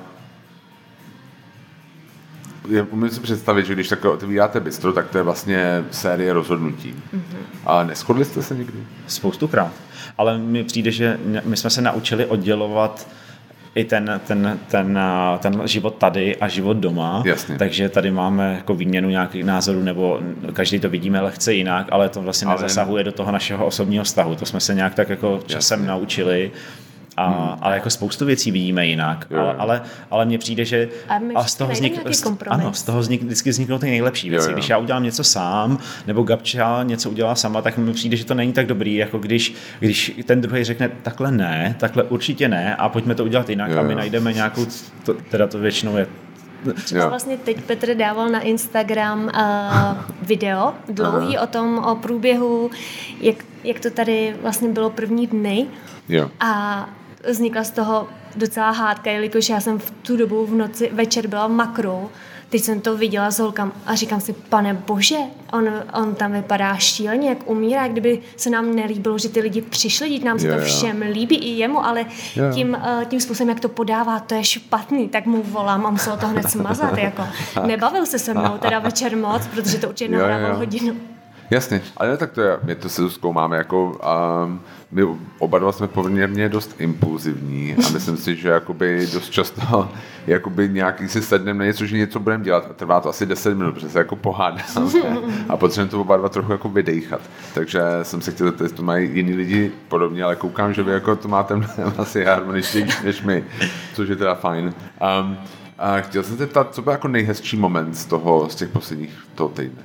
umím si představit, že když takhle otevíráte bistro, tak to je vlastně série rozhodnutí. Mm-hmm. A neshodli jste se někdy? Spoustukrát. Ale mi přijde, že my jsme se naučili oddělovat i ten, ten, ten, ten život tady a život doma. Jasně. Takže tady máme jako výměnu nějakých názorů, nebo každý to vidíme lehce jinak, ale to vlastně ale nezasahuje do toho našeho osobního vztahu. To jsme se nějak tak jako časem Jasně. naučili. A, hmm. Ale jako spoustu věcí vidíme jinak. Ale, ale, ale mně přijde, že a, a z toho vznik, ano, z toho vznik, vždycky vzniknou ty nejlepší věci. Jo, jo. Když já udělám něco sám, nebo Gabča něco udělá sama, tak mi přijde, že to není tak dobrý, jako když, když ten druhý řekne takhle ne, takhle určitě ne a pojďme to udělat jinak jo, a my jo. najdeme nějakou, to, teda to většinou je. Třeba vlastně teď Petr dával na Instagram uh, video dlouhý Aha. o tom, o průběhu, jak, jak to tady vlastně bylo první dny. Jo. A vznikla z toho docela hádka, jelikož já jsem v tu dobu v noci večer byla v makru, teď jsem to viděla s holkám a říkám si, pane bože, on, on tam vypadá šíleně, jak umírá, jak kdyby se nám nelíbilo, že ty lidi přišli, dít nám se to všem líbí i jemu, ale tím, tím způsobem, jak to podává, to je špatný, tak mu volám a musel to hned smazat, jako. Nebavil se se mnou teda večer moc, protože to určitě nahrával hodinu. Jasně, ale ne, tak to je, my to se zkoumáme jako, um, my oba dva jsme poměrně dost impulzivní a myslím si, že jakoby dost často jakoby nějaký si sedneme na něco, že něco budeme dělat a trvá to asi deset minut, protože se jako pohádáme a potřebujeme to oba dva trochu jako vydejchat. Takže jsem se chtěl, že to mají jiní lidi podobně, ale koukám, že vy jako to máte asi harmoničtější než my, což je teda fajn. Um, a chtěl jsem se ptát, co byl jako nejhezčí moment z toho, z těch posledních toho týdne?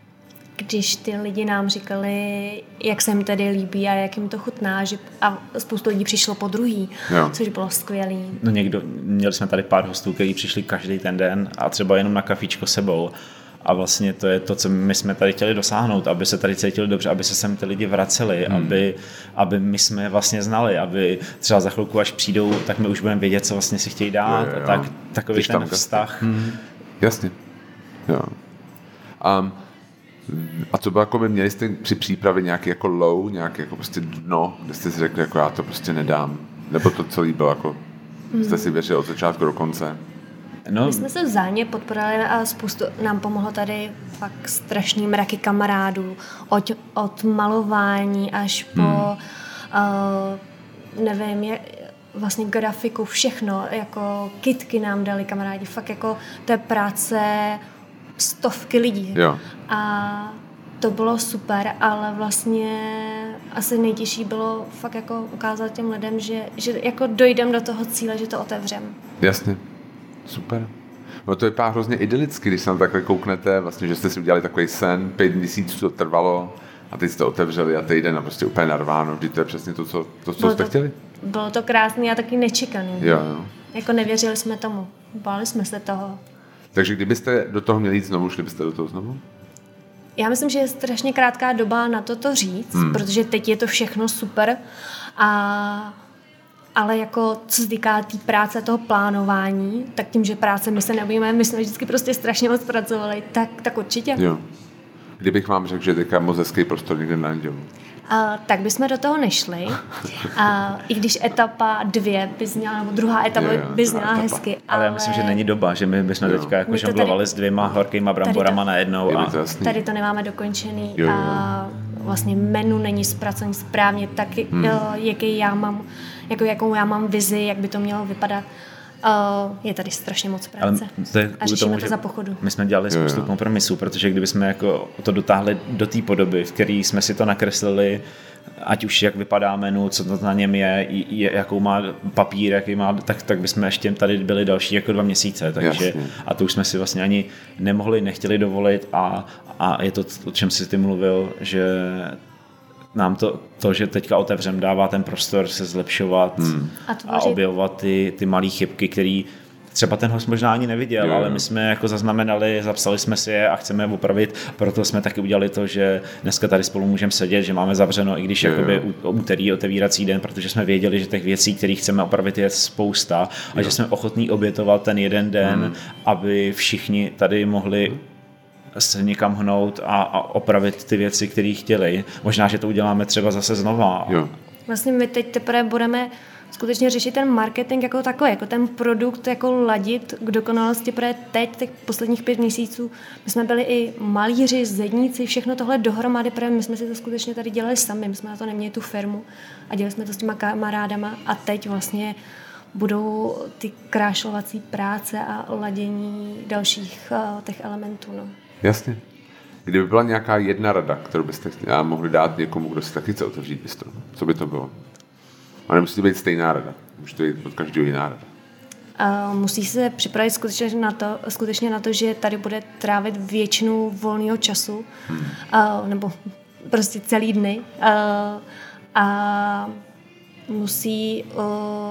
Když ty lidi nám říkali, jak se jim tady líbí a jak jim to chutná, že a spoustu lidí přišlo po druhý, jo. což bylo skvělý. No někdo, měli jsme tady pár hostů, kteří přišli každý ten den a třeba jenom na kafíčko sebou. A vlastně to je to, co my jsme tady chtěli dosáhnout, aby se tady cítili dobře, aby se sem ty lidi vraceli, hmm. aby, aby my jsme je vlastně znali, aby třeba za chvilku, až přijdou, tak my už budeme vědět, co vlastně si chtějí dát. Jo, jo, jo. A tak, takový Když ten vztah. Hmm. Jasně. Jo. Um, A co by, jako by měli jste při přípravě nějaký jako low, nějaké jako prostě dno, kde jste si řekli, jako já to prostě nedám? Nebo to celý bylo jako, mm. jste si věřili od začátku do konce? No. My jsme se vzájemně podporali a spoustu nám pomohlo tady fakt strašný mraky kamarádů, od, od malování až po, hmm. uh, nevím, je, vlastně grafiku, všechno, jako kitky nám dali kamarádi, fakt jako to je práce stovky lidí. Jo. A to bylo super, ale vlastně asi nejtěžší bylo fakt jako ukázat těm lidem, že, že jako dojdem do toho cíle, že to otevřem. Jasně. Super. No to vypadá hrozně idylicky, když se na takhle kouknete, vlastně, že jste si udělali takový sen, pět měsíců to trvalo a teď jste otevřeli a týden a prostě úplně narváno. Vždyť to je přesně to, co, to, co jste to, chtěli. Bylo to krásný a taky nečekaný. Jo, jo. Jako nevěřili jsme tomu. Báli jsme se toho. Takže kdybyste do toho měli jít znovu, šli byste do toho znovu? Já myslím, že je strašně krátká doba na to to říct, hmm. protože teď je to všechno super, a, ale jako co se týká té práce, toho plánování, tak tím, že práce my se nebojíme, my jsme vždycky prostě strašně moc pracovali, tak, tak určitě. Jo. Kdybych vám řekl, že teďka moc hezký prostor někde na nedělu. A, tak bychom do toho nešli. A, I když etapa dvě by zněla, nebo druhá etapa je, by zněla hezky. Ale... ale já myslím, že není doba, že my bychom jo. teďka jako žonglovali s dvěma horkýma bramborama najednou. A... Tady to nemáme dokončený jo, jo. a vlastně menu není zpracovaný správně tak, hmm. jaký já mám, jako jakou já mám vizi, jak by to mělo vypadat. Uh, je tady strašně moc práce. To je a řešíme tomu, to za pochodu. My jsme dělali spoustu jo, jo. kompromisů, protože kdyby jsme jako to dotáhli do té podoby, v které jsme si to nakreslili, ať už jak vypadá menu, co to na něm je, je jakou má papír, jaký má, tak, tak bychom ještě tady byli další jako dva měsíce. Takže, Jasně. a to už jsme si vlastně ani nemohli, nechtěli dovolit a, a je to, o čem jsi ty mluvil, že nám to, to, že teďka otevřem, dává ten prostor se zlepšovat hmm. a, a objevovat ty, ty malé chybky, které třeba ten host možná ani neviděl, jo, ale my jsme jako zaznamenali, zapsali jsme si je a chceme je opravit, proto jsme taky udělali to, že dneska tady spolu můžeme sedět, že máme zavřeno, i když jo, jakoby jo. úterý otevírací den, protože jsme věděli, že těch věcí, které chceme opravit, je spousta a jo. že jsme ochotní obětovat ten jeden den, hmm. aby všichni tady mohli se někam hnout a, a opravit ty věci, které chtěli. Možná, že to uděláme třeba zase znova. Jo. Vlastně my teď teprve budeme skutečně řešit ten marketing jako takový, jako ten produkt jako ladit k dokonalosti, protože teď, těch posledních pět měsíců, my jsme byli i malíři, zedníci, všechno tohle dohromady, protože my jsme si to skutečně tady dělali sami, my jsme na to neměli tu firmu a dělali jsme to s těma kamarádama a teď vlastně budou ty krášlovací práce a ladění dalších uh, těch elementů. No. Jasně. Kdyby byla nějaká jedna rada, kterou byste mohli dát někomu, kdo si taky chce otevřít bistro, co by to bylo? A nemusí to být stejná rada. Může to být od každého jiná rada. Uh, musí se připravit skutečně na, to, skutečně na to, že tady bude trávit většinu volného času, hmm. uh, nebo prostě celý dny. Uh, a musí uh,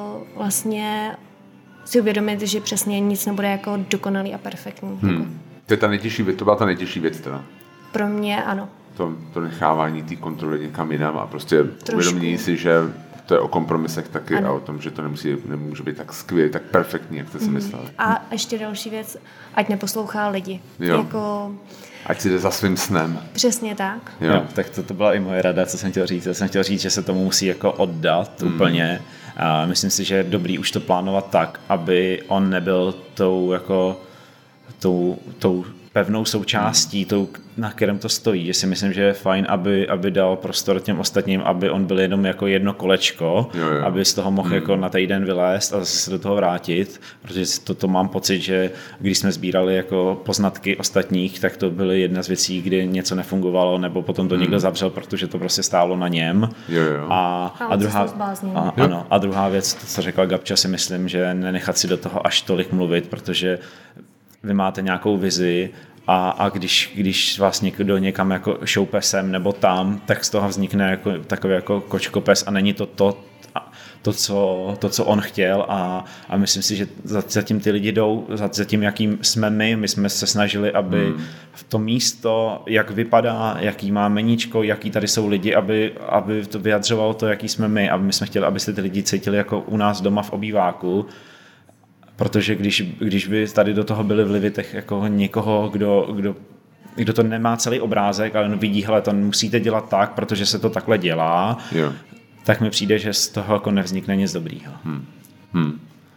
vlastně si uvědomit, že přesně nic nebude jako dokonalý a perfektní. Hmm. Jako. To je ta nejtěžší věc, to byla ta nejtěžší věc teda. Pro mě ano. To, to nechávání té kontroly někam jinam a prostě uvědomění si, že to je o kompromisech taky ano. a o tom, že to nemusí, nemůže být tak skvělý, tak perfektní, jak jste si mm. mysleli. A ještě další věc, ať neposlouchá lidi. Jo. Jako... Ať si jde za svým snem. Přesně tak. Jo. Jo, tak to, to byla i moje rada, co jsem chtěl říct. Já jsem chtěl říct, že se tomu musí jako oddat mm. úplně. A myslím si, že je dobrý už to plánovat tak, aby on nebyl tou jako tou, tou pevnou součástí, tou, na kterém to stojí. Že si myslím, že je fajn, aby, aby dal prostor těm ostatním, aby on byl jenom jako jedno kolečko, jo, jo. aby z toho mohl hmm. jako na týden vylézt a se do toho vrátit, protože toto mám pocit, že když jsme sbírali jako poznatky ostatních, tak to byly jedna z věcí, kdy něco nefungovalo, nebo potom to hmm. někdo zavřel, protože to prostě stálo na něm. Jo, jo. A, a, druhá, a, ano, a druhá věc, to, co řekla Gabča, si myslím, že nenechat si do toho až tolik mluvit, protože vy máte nějakou vizi a, a když, když vás někdo někam jako šoupe sem nebo tam, tak z toho vznikne jako, takový jako kočkopes a není to to, to, co, to, co on chtěl a, a myslím si, že zatím ty lidi jdou, zatím jakým jsme my, my jsme se snažili, aby hmm. v to místo, jak vypadá, jaký má meníčko, jaký tady jsou lidi, aby, aby to vyjadřovalo to, jaký jsme my, aby my jsme chtěli, abyste ty lidi cítili jako u nás doma v obýváku. Protože když, když by tady do toho byly vlivy těch jako někoho, kdo, kdo, kdo to nemá celý obrázek, ale vidí, hele, to musíte dělat tak, protože se to takhle dělá, jo. tak mi přijde, že z toho jako nevznikne nic dobrýho. Hmm. Hmm.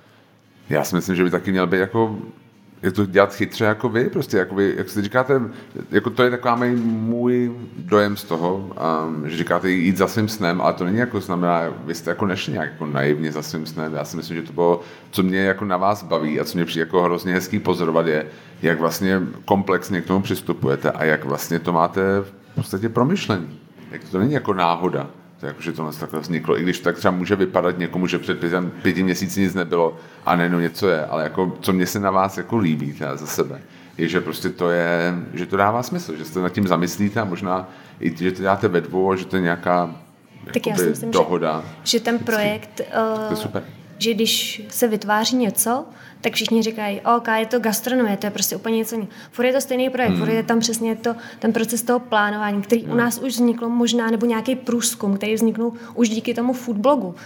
Já si myslím, že by taky měl být jako je to dělat chytře jako vy, prostě jako vy, jak si říkáte, jako to je takový můj dojem z toho, um, že říkáte jít za svým snem, ale to není jako znamená, vy jste jako nešli nějak jako naivně za svým snem, já si myslím, že to bylo, co mě jako na vás baví a co mě přijde jako hrozně hezký pozorovat je, jak vlastně komplexně k tomu přistupujete a jak vlastně to máte v podstatě promyšlený, jak to není jako náhoda. Jako, že to takhle vzniklo, i když to tak třeba může vypadat někomu, že před pěti, pěti měsíci nic nebylo a nejenom něco je, ale jako, co mě se na vás jako líbí teda za sebe, je, že prostě to je, že to dává smysl, že se nad tím zamyslíte a možná i, že to děláte ve dvou a že to je nějaká tak já si myslím, dohoda. Že, že ten projekt, uh, to je super. Že když se vytváří něco, tak všichni říkají, OK, je to gastronomie, to je prostě úplně něco jiného. Furt je to stejný projekt, hmm. furt je tam přesně to, ten proces toho plánování, který hmm. u nás už vzniklo možná, nebo nějaký průzkum, který vzniknul už díky tomu foodblogu.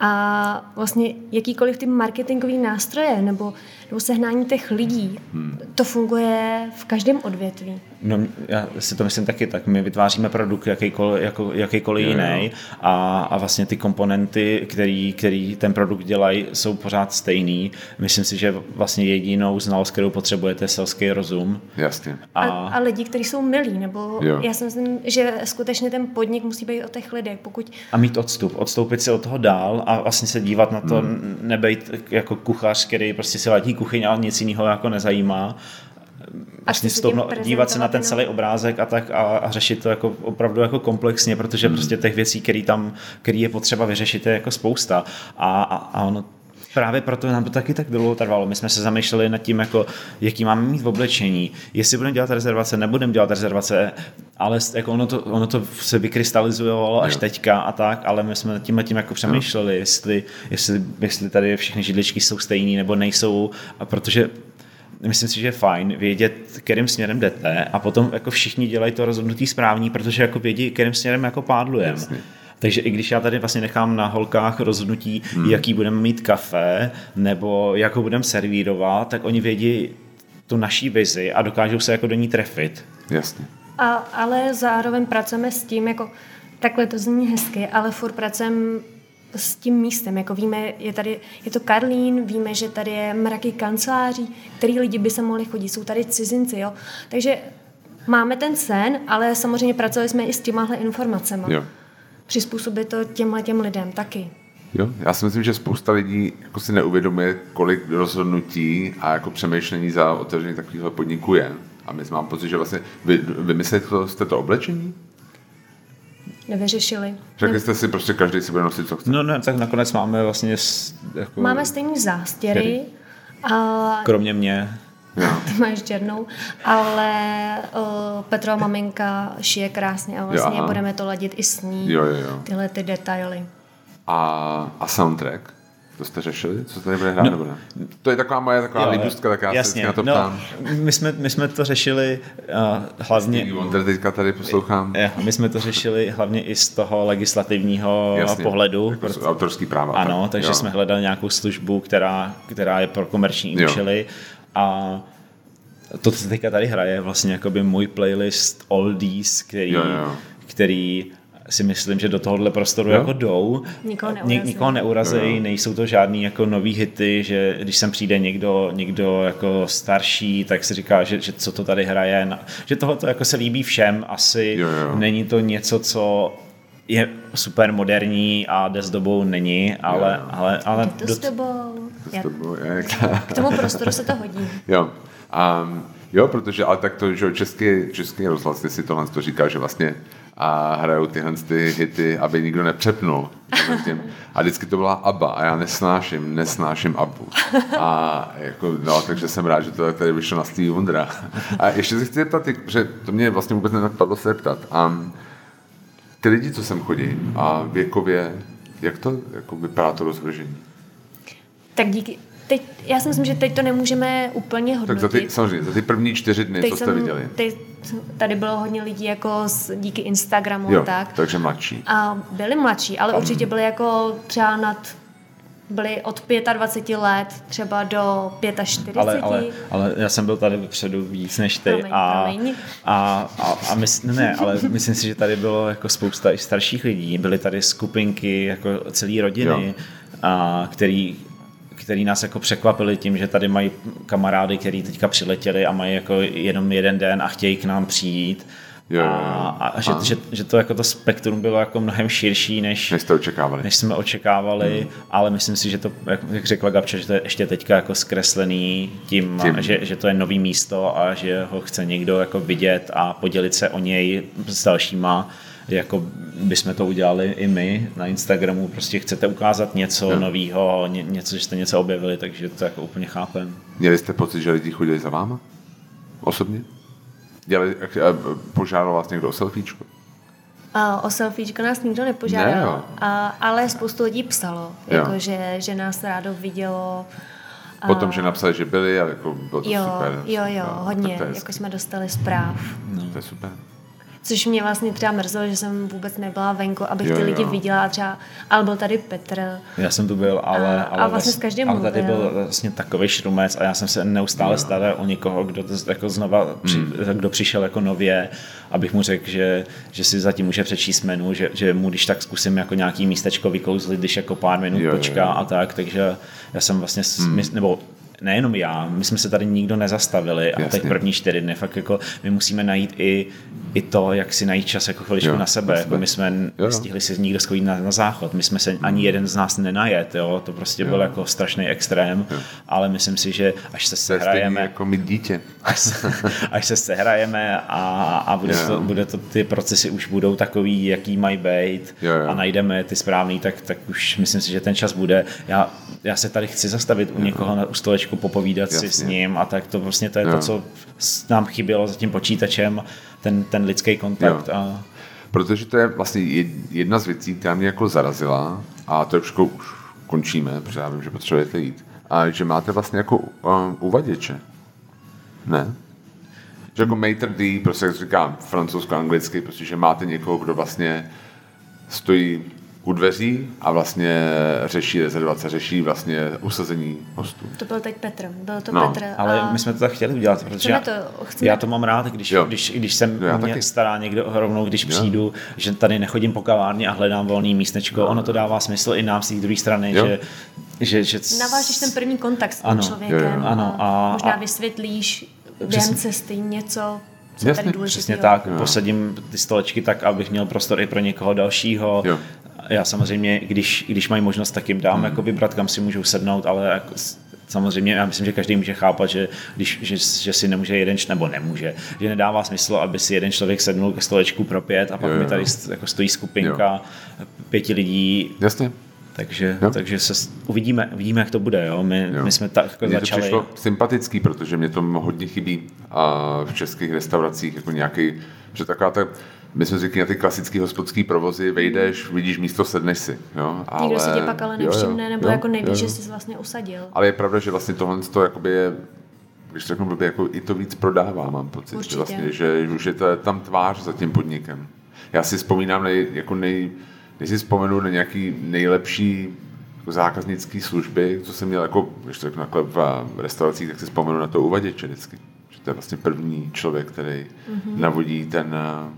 A vlastně jakýkoliv ty marketingový nástroje nebo, nebo sehnání těch lidí, hmm. to funguje v každém odvětví. No, já si to myslím taky tak. My vytváříme produkt jakýkoliv, jako, jakýkoliv jiný a, a vlastně ty komponenty, který, který ten produkt dělá, dělají, jsou pořád stejný. Myslím si, že vlastně jedinou znalost, kterou potřebujete, je selský rozum. Jasně. A, a lidi, kteří jsou milí, nebo jo. já si myslím, že skutečně ten podnik musí být o těch lidech. Pokud... A mít odstup, odstoupit si od toho dál a vlastně se dívat na to, hmm. nebejt jako kuchař, který prostě si ladí kuchyň a nic jiného jako nezajímá. Vlastně stoupno, dívat se na ten celý obrázek a tak a, a řešit to jako opravdu jako komplexně, protože hmm. prostě těch věcí, které tam, který je potřeba vyřešit, je jako spousta. A, a, a ono právě proto nám to taky tak dlouho trvalo. My jsme se zamýšleli nad tím, jako, jaký máme mít v oblečení, jestli budeme dělat rezervace, nebudeme dělat rezervace, ale jako ono, to, ono to se vykrystalizovalo až jo. teďka a tak, ale my jsme nad tím, nad tím jako přemýšleli, jestli, jestli, jestli tady všechny židličky jsou stejný nebo nejsou, a protože myslím si, že je fajn vědět, kterým směrem jdete a potom jako všichni dělají to rozhodnutí správný, protože jako vědí, kterým směrem jako pádlujeme. Takže i když já tady vlastně nechám na holkách rozhodnutí, hmm. jaký budeme mít kafe nebo jak ho budeme servírovat, tak oni vědí tu naší vizi a dokážou se jako do ní trefit. Jasně. A, ale zároveň pracujeme s tím, jako takhle to zní hezky, ale furt pracujeme s tím místem, jako víme, je tady, je to Karlín, víme, že tady je mraky kanceláří, který lidi by se mohli chodit, jsou tady cizinci, jo. Takže máme ten sen, ale samozřejmě pracovali jsme i s těmahle informacemi. Jo. Přizpůsobit to těmhle těm lidem taky. Jo, já si myslím, že spousta lidí jako si neuvědomuje, kolik rozhodnutí a jako přemýšlení za otevření takového podniku je. A my mám pocit, že vlastně vy, vymysleli to, jste to oblečení? Nevyřešili. Řekli jste si, prostě každý si bude nosit, co chce. No ne, tak nakonec máme vlastně jako... Máme stejný zástěry. A... Kromě mě. Jo. Ty máš černou, ale uh, Petrova maminka šije krásně a vlastně jo, budeme to ladit i s ní. Jo, jo, jo. Tyhle ty detaily. A, a soundtrack? To jste řešili? Co tady bude hrát? No, nebo ne? To je taková moje taková líbustka, tak já jasně, se na to ptám. No, my, jsme, my jsme to řešili uh, hlavně... Stevie Wonder teďka tady poslouchám. My jsme to řešili hlavně i z toho legislativního jasně, pohledu. Jako proto, autorský práva. Ano, tak, takže jo. jsme hledali nějakou službu, která, která je pro komerční účely. A to, co teďka tady hraje, je vlastně jakoby můj playlist oldies, který, jo, jo. který si myslím, že do tohohle prostoru jo? jako jdou. Nikoho neurazí. Nikoho neurazí, nejsou to žádný jako nový hity, že když sem přijde někdo, někdo jako starší, tak si říká, že, že co to tady hraje. Že tohle jako se líbí všem, asi jo, jo. Není to něco, co je super moderní a jde s dobou není, ale... Jo. ale, ale to do... s dobou. S dobou, jak... K tomu prostoru se to hodí. Jo. Um, jo, protože ale tak to, že český, český rozhlas si tohle to říká, že vlastně a hrajou tyhle ty hity, aby nikdo nepřepnul. A vždycky to byla ABBA a já nesnáším, nesnáším ABBu. A jako, no, takže jsem rád, že to tady vyšlo na Stevie Wondera. A ještě se chci zeptat, že to mě vlastně vůbec nenapadlo se zeptat. A ty lidi, co sem chodí a věkově, jak to jako vypadá to rozvržení? Tak díky. Teď, já si myslím, že teď to nemůžeme úplně hodnotit. Tak za ty, samozřejmě, za ty první čtyři dny, teď co jste jsem, viděli? Teď, tady bylo hodně lidí jako z, díky Instagramu jo, tak. takže mladší. A byli mladší, ale um. určitě byli jako třeba nad, byli od dvacet pět let třeba do čtyřicet pět. Ale, ale, ale já jsem byl tady vepředu víc než ty. Promiň, a, promiň. a, a, a mysl, ne, ale myslím si, že tady bylo jako spousta i starších lidí. Byly tady skupinky, jako celý rodiny, a, který který nás jako překvapili tím, že tady mají kamarády, který teďka přiletěli a mají jako jenom jeden den a chtějí k nám přijít. Jo, jo, jo. A, a že, že, že to jako to spektrum bylo jako mnohem širší, než, než, jste očekávali. než jsme očekávali, hmm. ale myslím si, že to, jak řekla Gabča, že to je ještě teďka jako zkreslený tím, tím. Že, že to je nový místo a že ho chce někdo jako vidět a podělit se o něj s dalšíma. Jako bychom to udělali i my na Instagramu, prostě chcete ukázat něco no. nového, ně, něco, že jste něco objevili, takže to jako úplně chápem. Měli jste pocit, že lidi chodili za váma? Osobně? Dělali, požádal vás někdo o selfiečko? O selfiečko nás nikdo nepožádal, ne, a, ale spoustu lidí psalo, jako že, že nás rádo vidělo. Potom, že napsali, že byli, ale jako bylo to jo, super. Jo, jo, no, hodně, jako jsme dostali zpráv. No. To je super. Což mě vlastně třeba mrzelo, že jsem vůbec nebyla venku, abych jo, ty lidi jo. viděla třeba, ale byl tady Petr. Já jsem tu byl, ale, a, ale, a vlastně s každým ale tady mluvil. byl vlastně takový šrumec a já jsem se neustále staral o někoho, kdo to jako znova, při, mm. kdo přišel jako nově, abych mu řekl, že, že si zatím může přečíst menu, že, že mu když tak zkusím jako nějaký místečko vykouzlit, když jako pár minut jo, počká jo, jo. a tak, takže já jsem vlastně, mm. my, nebo nejenom já, my jsme se tady nikdo nezastavili a Jasně. teď první čtyři dny fakt jako my musíme najít i, i to, jak si najít čas jako chviličku jo, na sebe. Jako my jsme jo. stihli si nikdo schodit na, na záchod, my jsme se ani jeden z nás nenajet, jo? To prostě jo. byl jako strašný extrém, jo. ale myslím si, že až se sehrajeme, jako mít dítě. až, se, až se sehrajeme a, a bude, to, bude to, ty procesy už budou takový, jaký mají být jo, jo. a najdeme ty správný, tak, tak už myslím si, že ten čas bude. Já, já se tady chci zastavit u někoho na u stolečku, popovídat Jasně. si s ním a tak to vlastně to je jo. to, co nám chybělo za tím počítačem, ten, ten lidský kontakt. A... Protože to je vlastně jedna z věcí, která mě jako zarazila a to už končíme, protože já vím, že potřebujete jít. A že máte vlastně jako um, uvaděče. Ne? Že jako maitre d', prostě jak říkám francouzsko-anglicky, prostě, že máte někoho, kdo vlastně stojí u dveří a vlastně řeší rezervace, řeší vlastně usazení hostů. To byl teď Petr, byl to no, Petr. Ale a... my jsme to tak chtěli udělat, protože já, to, chceme... já to mám rád, když, když, když jsem já mě taky. stará někdo rovnou, když jo. přijdu, že tady nechodím po kavárně a hledám volný místečko. No. Ono to dává smysl i nám z té druhé strany, jo. že že, že navážeš ten první kontakt s tím ano, člověkem. Jo, jo. Ano, a, možná a, vysvětlíš během přesně. cesty něco, co Jasně, tady důležitého. Přesně tak, jo. posadím ty stolečky tak, abych měl prostor i pro někoho dalšího. Jo. Já samozřejmě, když, když mají možnost, tak jim dám hmm. jako vybrat, kam si můžou sednout, ale jako, samozřejmě já myslím, že každý může chápat, že, když, že, že si nemůže jeden, nebo nemůže, že nedává smysl, aby si jeden člověk sednul ke stolečku pro pět a pak jo, jo. mi tady jako stojí skupinka jo. pěti lidí. Jasně. Takže, takže se uvidíme, uvidíme, jak to bude. Jo? My, my jsme tak jako mně začali... to přišlo sympatický, protože mě to hodně chybí a v českých restauracích, jako nějaký, že taková ta, my jsme zvykli na ty klasický hospodský provozy, vejdeš, vidíš místo, sedneš si. Jo? Ale... Nikdo si tě pak ale nevšimne, nebo jo, jako neví, jo. že jsi vlastně usadil. Ale je pravda, že vlastně tohle to jakoby je, když řeknu blbě, jako i to víc prodává, mám pocit. Že, vlastně, že už je to tam tvář za tím podnikem. Já si vzpomínám, nej, jako nej, když si vzpomenu na nějaký nejlepší jako zákaznické služby, co jsem měl, jako, když to řeknu takhle v restauracích, tak si vzpomenu na to uvaděče vždycky. Že to je vlastně první člověk, který mm-hmm. navodí ten...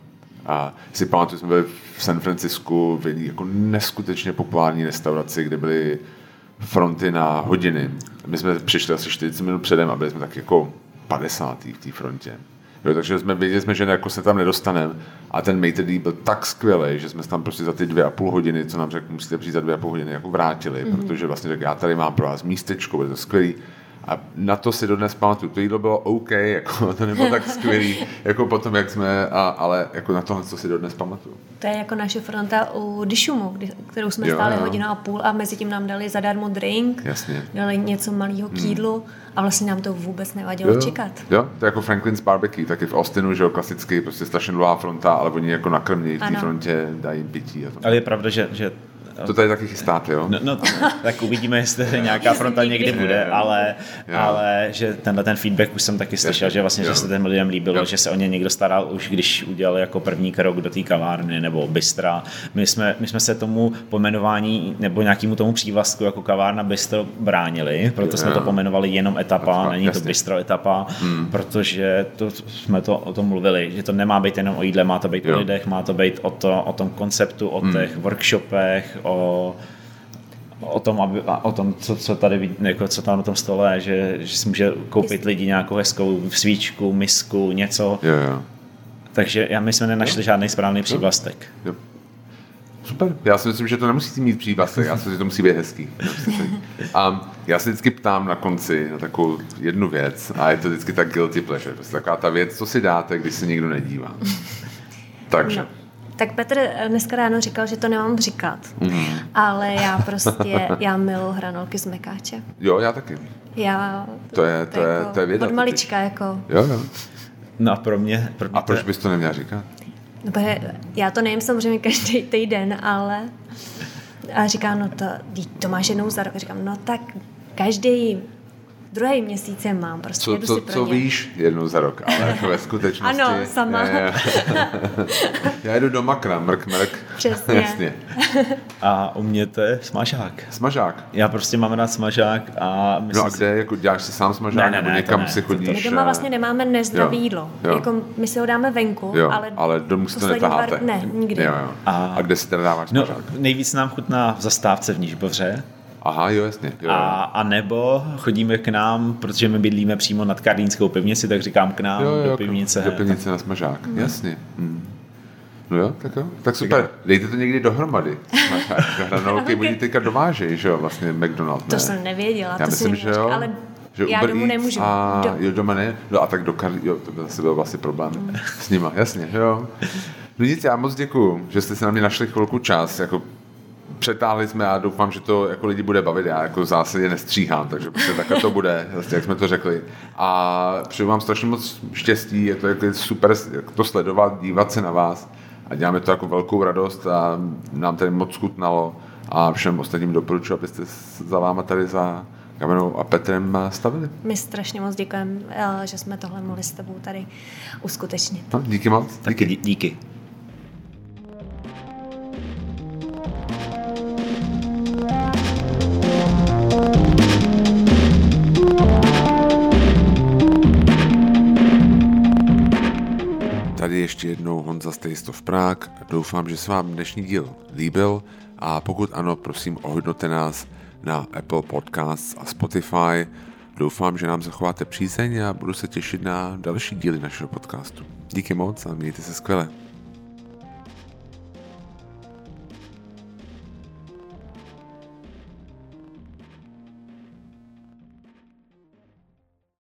A si pamatuju, jsme byli v San Francisku v jako neskutečně populární restauraci, kde byly fronty na hodiny. My jsme přišli asi čtyřicet minut předem a byli jsme tak jako padesátý v té frontě. Jo, takže jsme věděli, jsme, že jako se tam nedostaneme. A ten maitre d' byl tak skvělý, že jsme se tam prostě za ty dvě a půl hodiny, co nám řekl, musíte přijít za dvě a půl hodiny, jako vrátili, mm-hmm. protože vlastně řekl, já tady mám pro vás místečko, bude to skvělý. A na to si dodnes pamatuju, to jídlo bylo OK, jako to nebylo tak skvělý, jako potom, jak jsme, a, ale jako na tohle, co si dodnes pamatuju. To je jako naše fronta u Dishumu, kterou jsme jo, stáli jo. hodinu a půl a mezi tím nám dali zadarmo drink, Jasně. dali něco malého k jídlu hmm. a vlastně nám to vůbec nevadilo jo, čekat. Jo, to je jako Franklin's Barbecue, taky v Austinu, že jo, klasicky, prostě strašně dlouhá fronta, ale oni jako nakrmí v té frontě, dají pití. A to. Ale je pravda, že, že to tady taky chystáte, jo? No, no tak uvidíme, jestli nějaká fronta někdy bude, ale, ale že tenhle ten feedback už jsem taky slyšel, že vlastně, že se těm lidem líbilo, jo. že se o ně někdo staral už, když udělal jako první krok do té kavárny nebo bystra. My jsme, my jsme se tomu pojmenování nebo nějakému tomu přívlastku jako kavárna bistro bránili, proto jsme to pojmenovali jenom etapa, není to bistro etapa, hmm. protože to, jsme to o tom mluvili, že to nemá být jenom o jídle, má to být jo. o lidech, má to být o, to, o tom konceptu, o hmm. těch workshopech, o, o tom, aby, o tom co, co tady jako, co tam na tom stole, že, že si může koupit lidi nějakou hezkou svíčku, misku, něco. Jo, jo. Takže já my jsme nenašli jo. žádný správný přívlastek. Jo. Super. Já si myslím, že to nemusí mít přívlastek, já si myslím, že to musí být hezký. A já se vždycky ptám na konci na takovou jednu věc a je to vždycky tak guilty pleasure. Prostě taková ta věc, co si dáte, když se nikdo nedívá. Takže. No. Tak Petr dneska ráno říkal, že to nemám říkat, mm. ale já prostě, já miluji hranolky z mekáče. Jo, já taky. Já, to je, to, to je, jako, to je věda. Od malička, jako. Jo, jo. No a pro mě... Pro mě a proč bys to neměla říkat? No, já to nejím samozřejmě každý týden, ale a říká, no to, to máš jednou za rok. Říkám, no tak každý druhý měsíc je mám, prostě co, jedu co, si pro co ně. víš jednou za rok, ale jako ve skutečnosti... Ano, sama. Já, já, já jedu do makra, mrk, mrk. Přesně. Jasně. A u mě to je smažák. Smažák. Já prostě mám rád smažák a myslím No a kde, jako děláš si sám smažák, Ne, ne, nebo ne, někam to ne, si to- chodíš? My doma vlastně nemáme nezdravý Jo, jídlo. jo. Jako my si ho dáme venku, Jo, ale, ale domů si to poslední pár- netaháte. Ne, nikdy. Jo, jo. A, A- a kde si teda dáváš No, smažák? nejvíc nám chutná v zastávce v Nížboře. Aha, jo, jasně. Jo, A, a nebo chodíme k nám, protože my bydlíme přímo nad Karlínskou pivnici, tak říkám k nám jo, jo, do pivnice. Do pivnice na smažák, mm. jasně. Mm. No jo, tak jo, tak super. Dejte to někdy dohromady. Smažák. Hranolky oni teďka dovážejí, že jo, vlastně McDonald's, ne? To jsem nevěděla, Já to myslím, si že nemůžu, jo. ale Že já Uber domů Eats nemůžu. A Do- jo, doma ne. No a tak do Karlí, jo, to by zase byl vlastně problém mm. s nima, jasně, jo. No nic, já moc děkuju, že jste si na mě našli chvilku čas, jako přetáhli jsme a doufám, že to jako lidi bude bavit. Já jako v zásadě nestříhám, takže prostě takhle to bude, vlastně, jak jsme to řekli. A přeju vám strašně moc štěstí, je to jako super jako to sledovat, dívat se na vás a děláme to jako velkou radost a nám tady moc chutnalo a všem ostatním doporučuji, abyste za váma tady za Gabinou a Petrem stavili. My strašně moc děkujeme, že jsme tohle mohli s tebou tady uskutečnit. No, díky moc. Taky dí- díky. Tady ještě jednou Honza z Taste of Prague. Doufám, že se vám dnešní díl líbil a pokud ano, prosím ohodnoťte nás na Apple Podcasts a Spotify. Doufám, že nám zachováte přízeň a budu se těšit na další díly našeho podcastu. Díky moc a mějte se skvěle.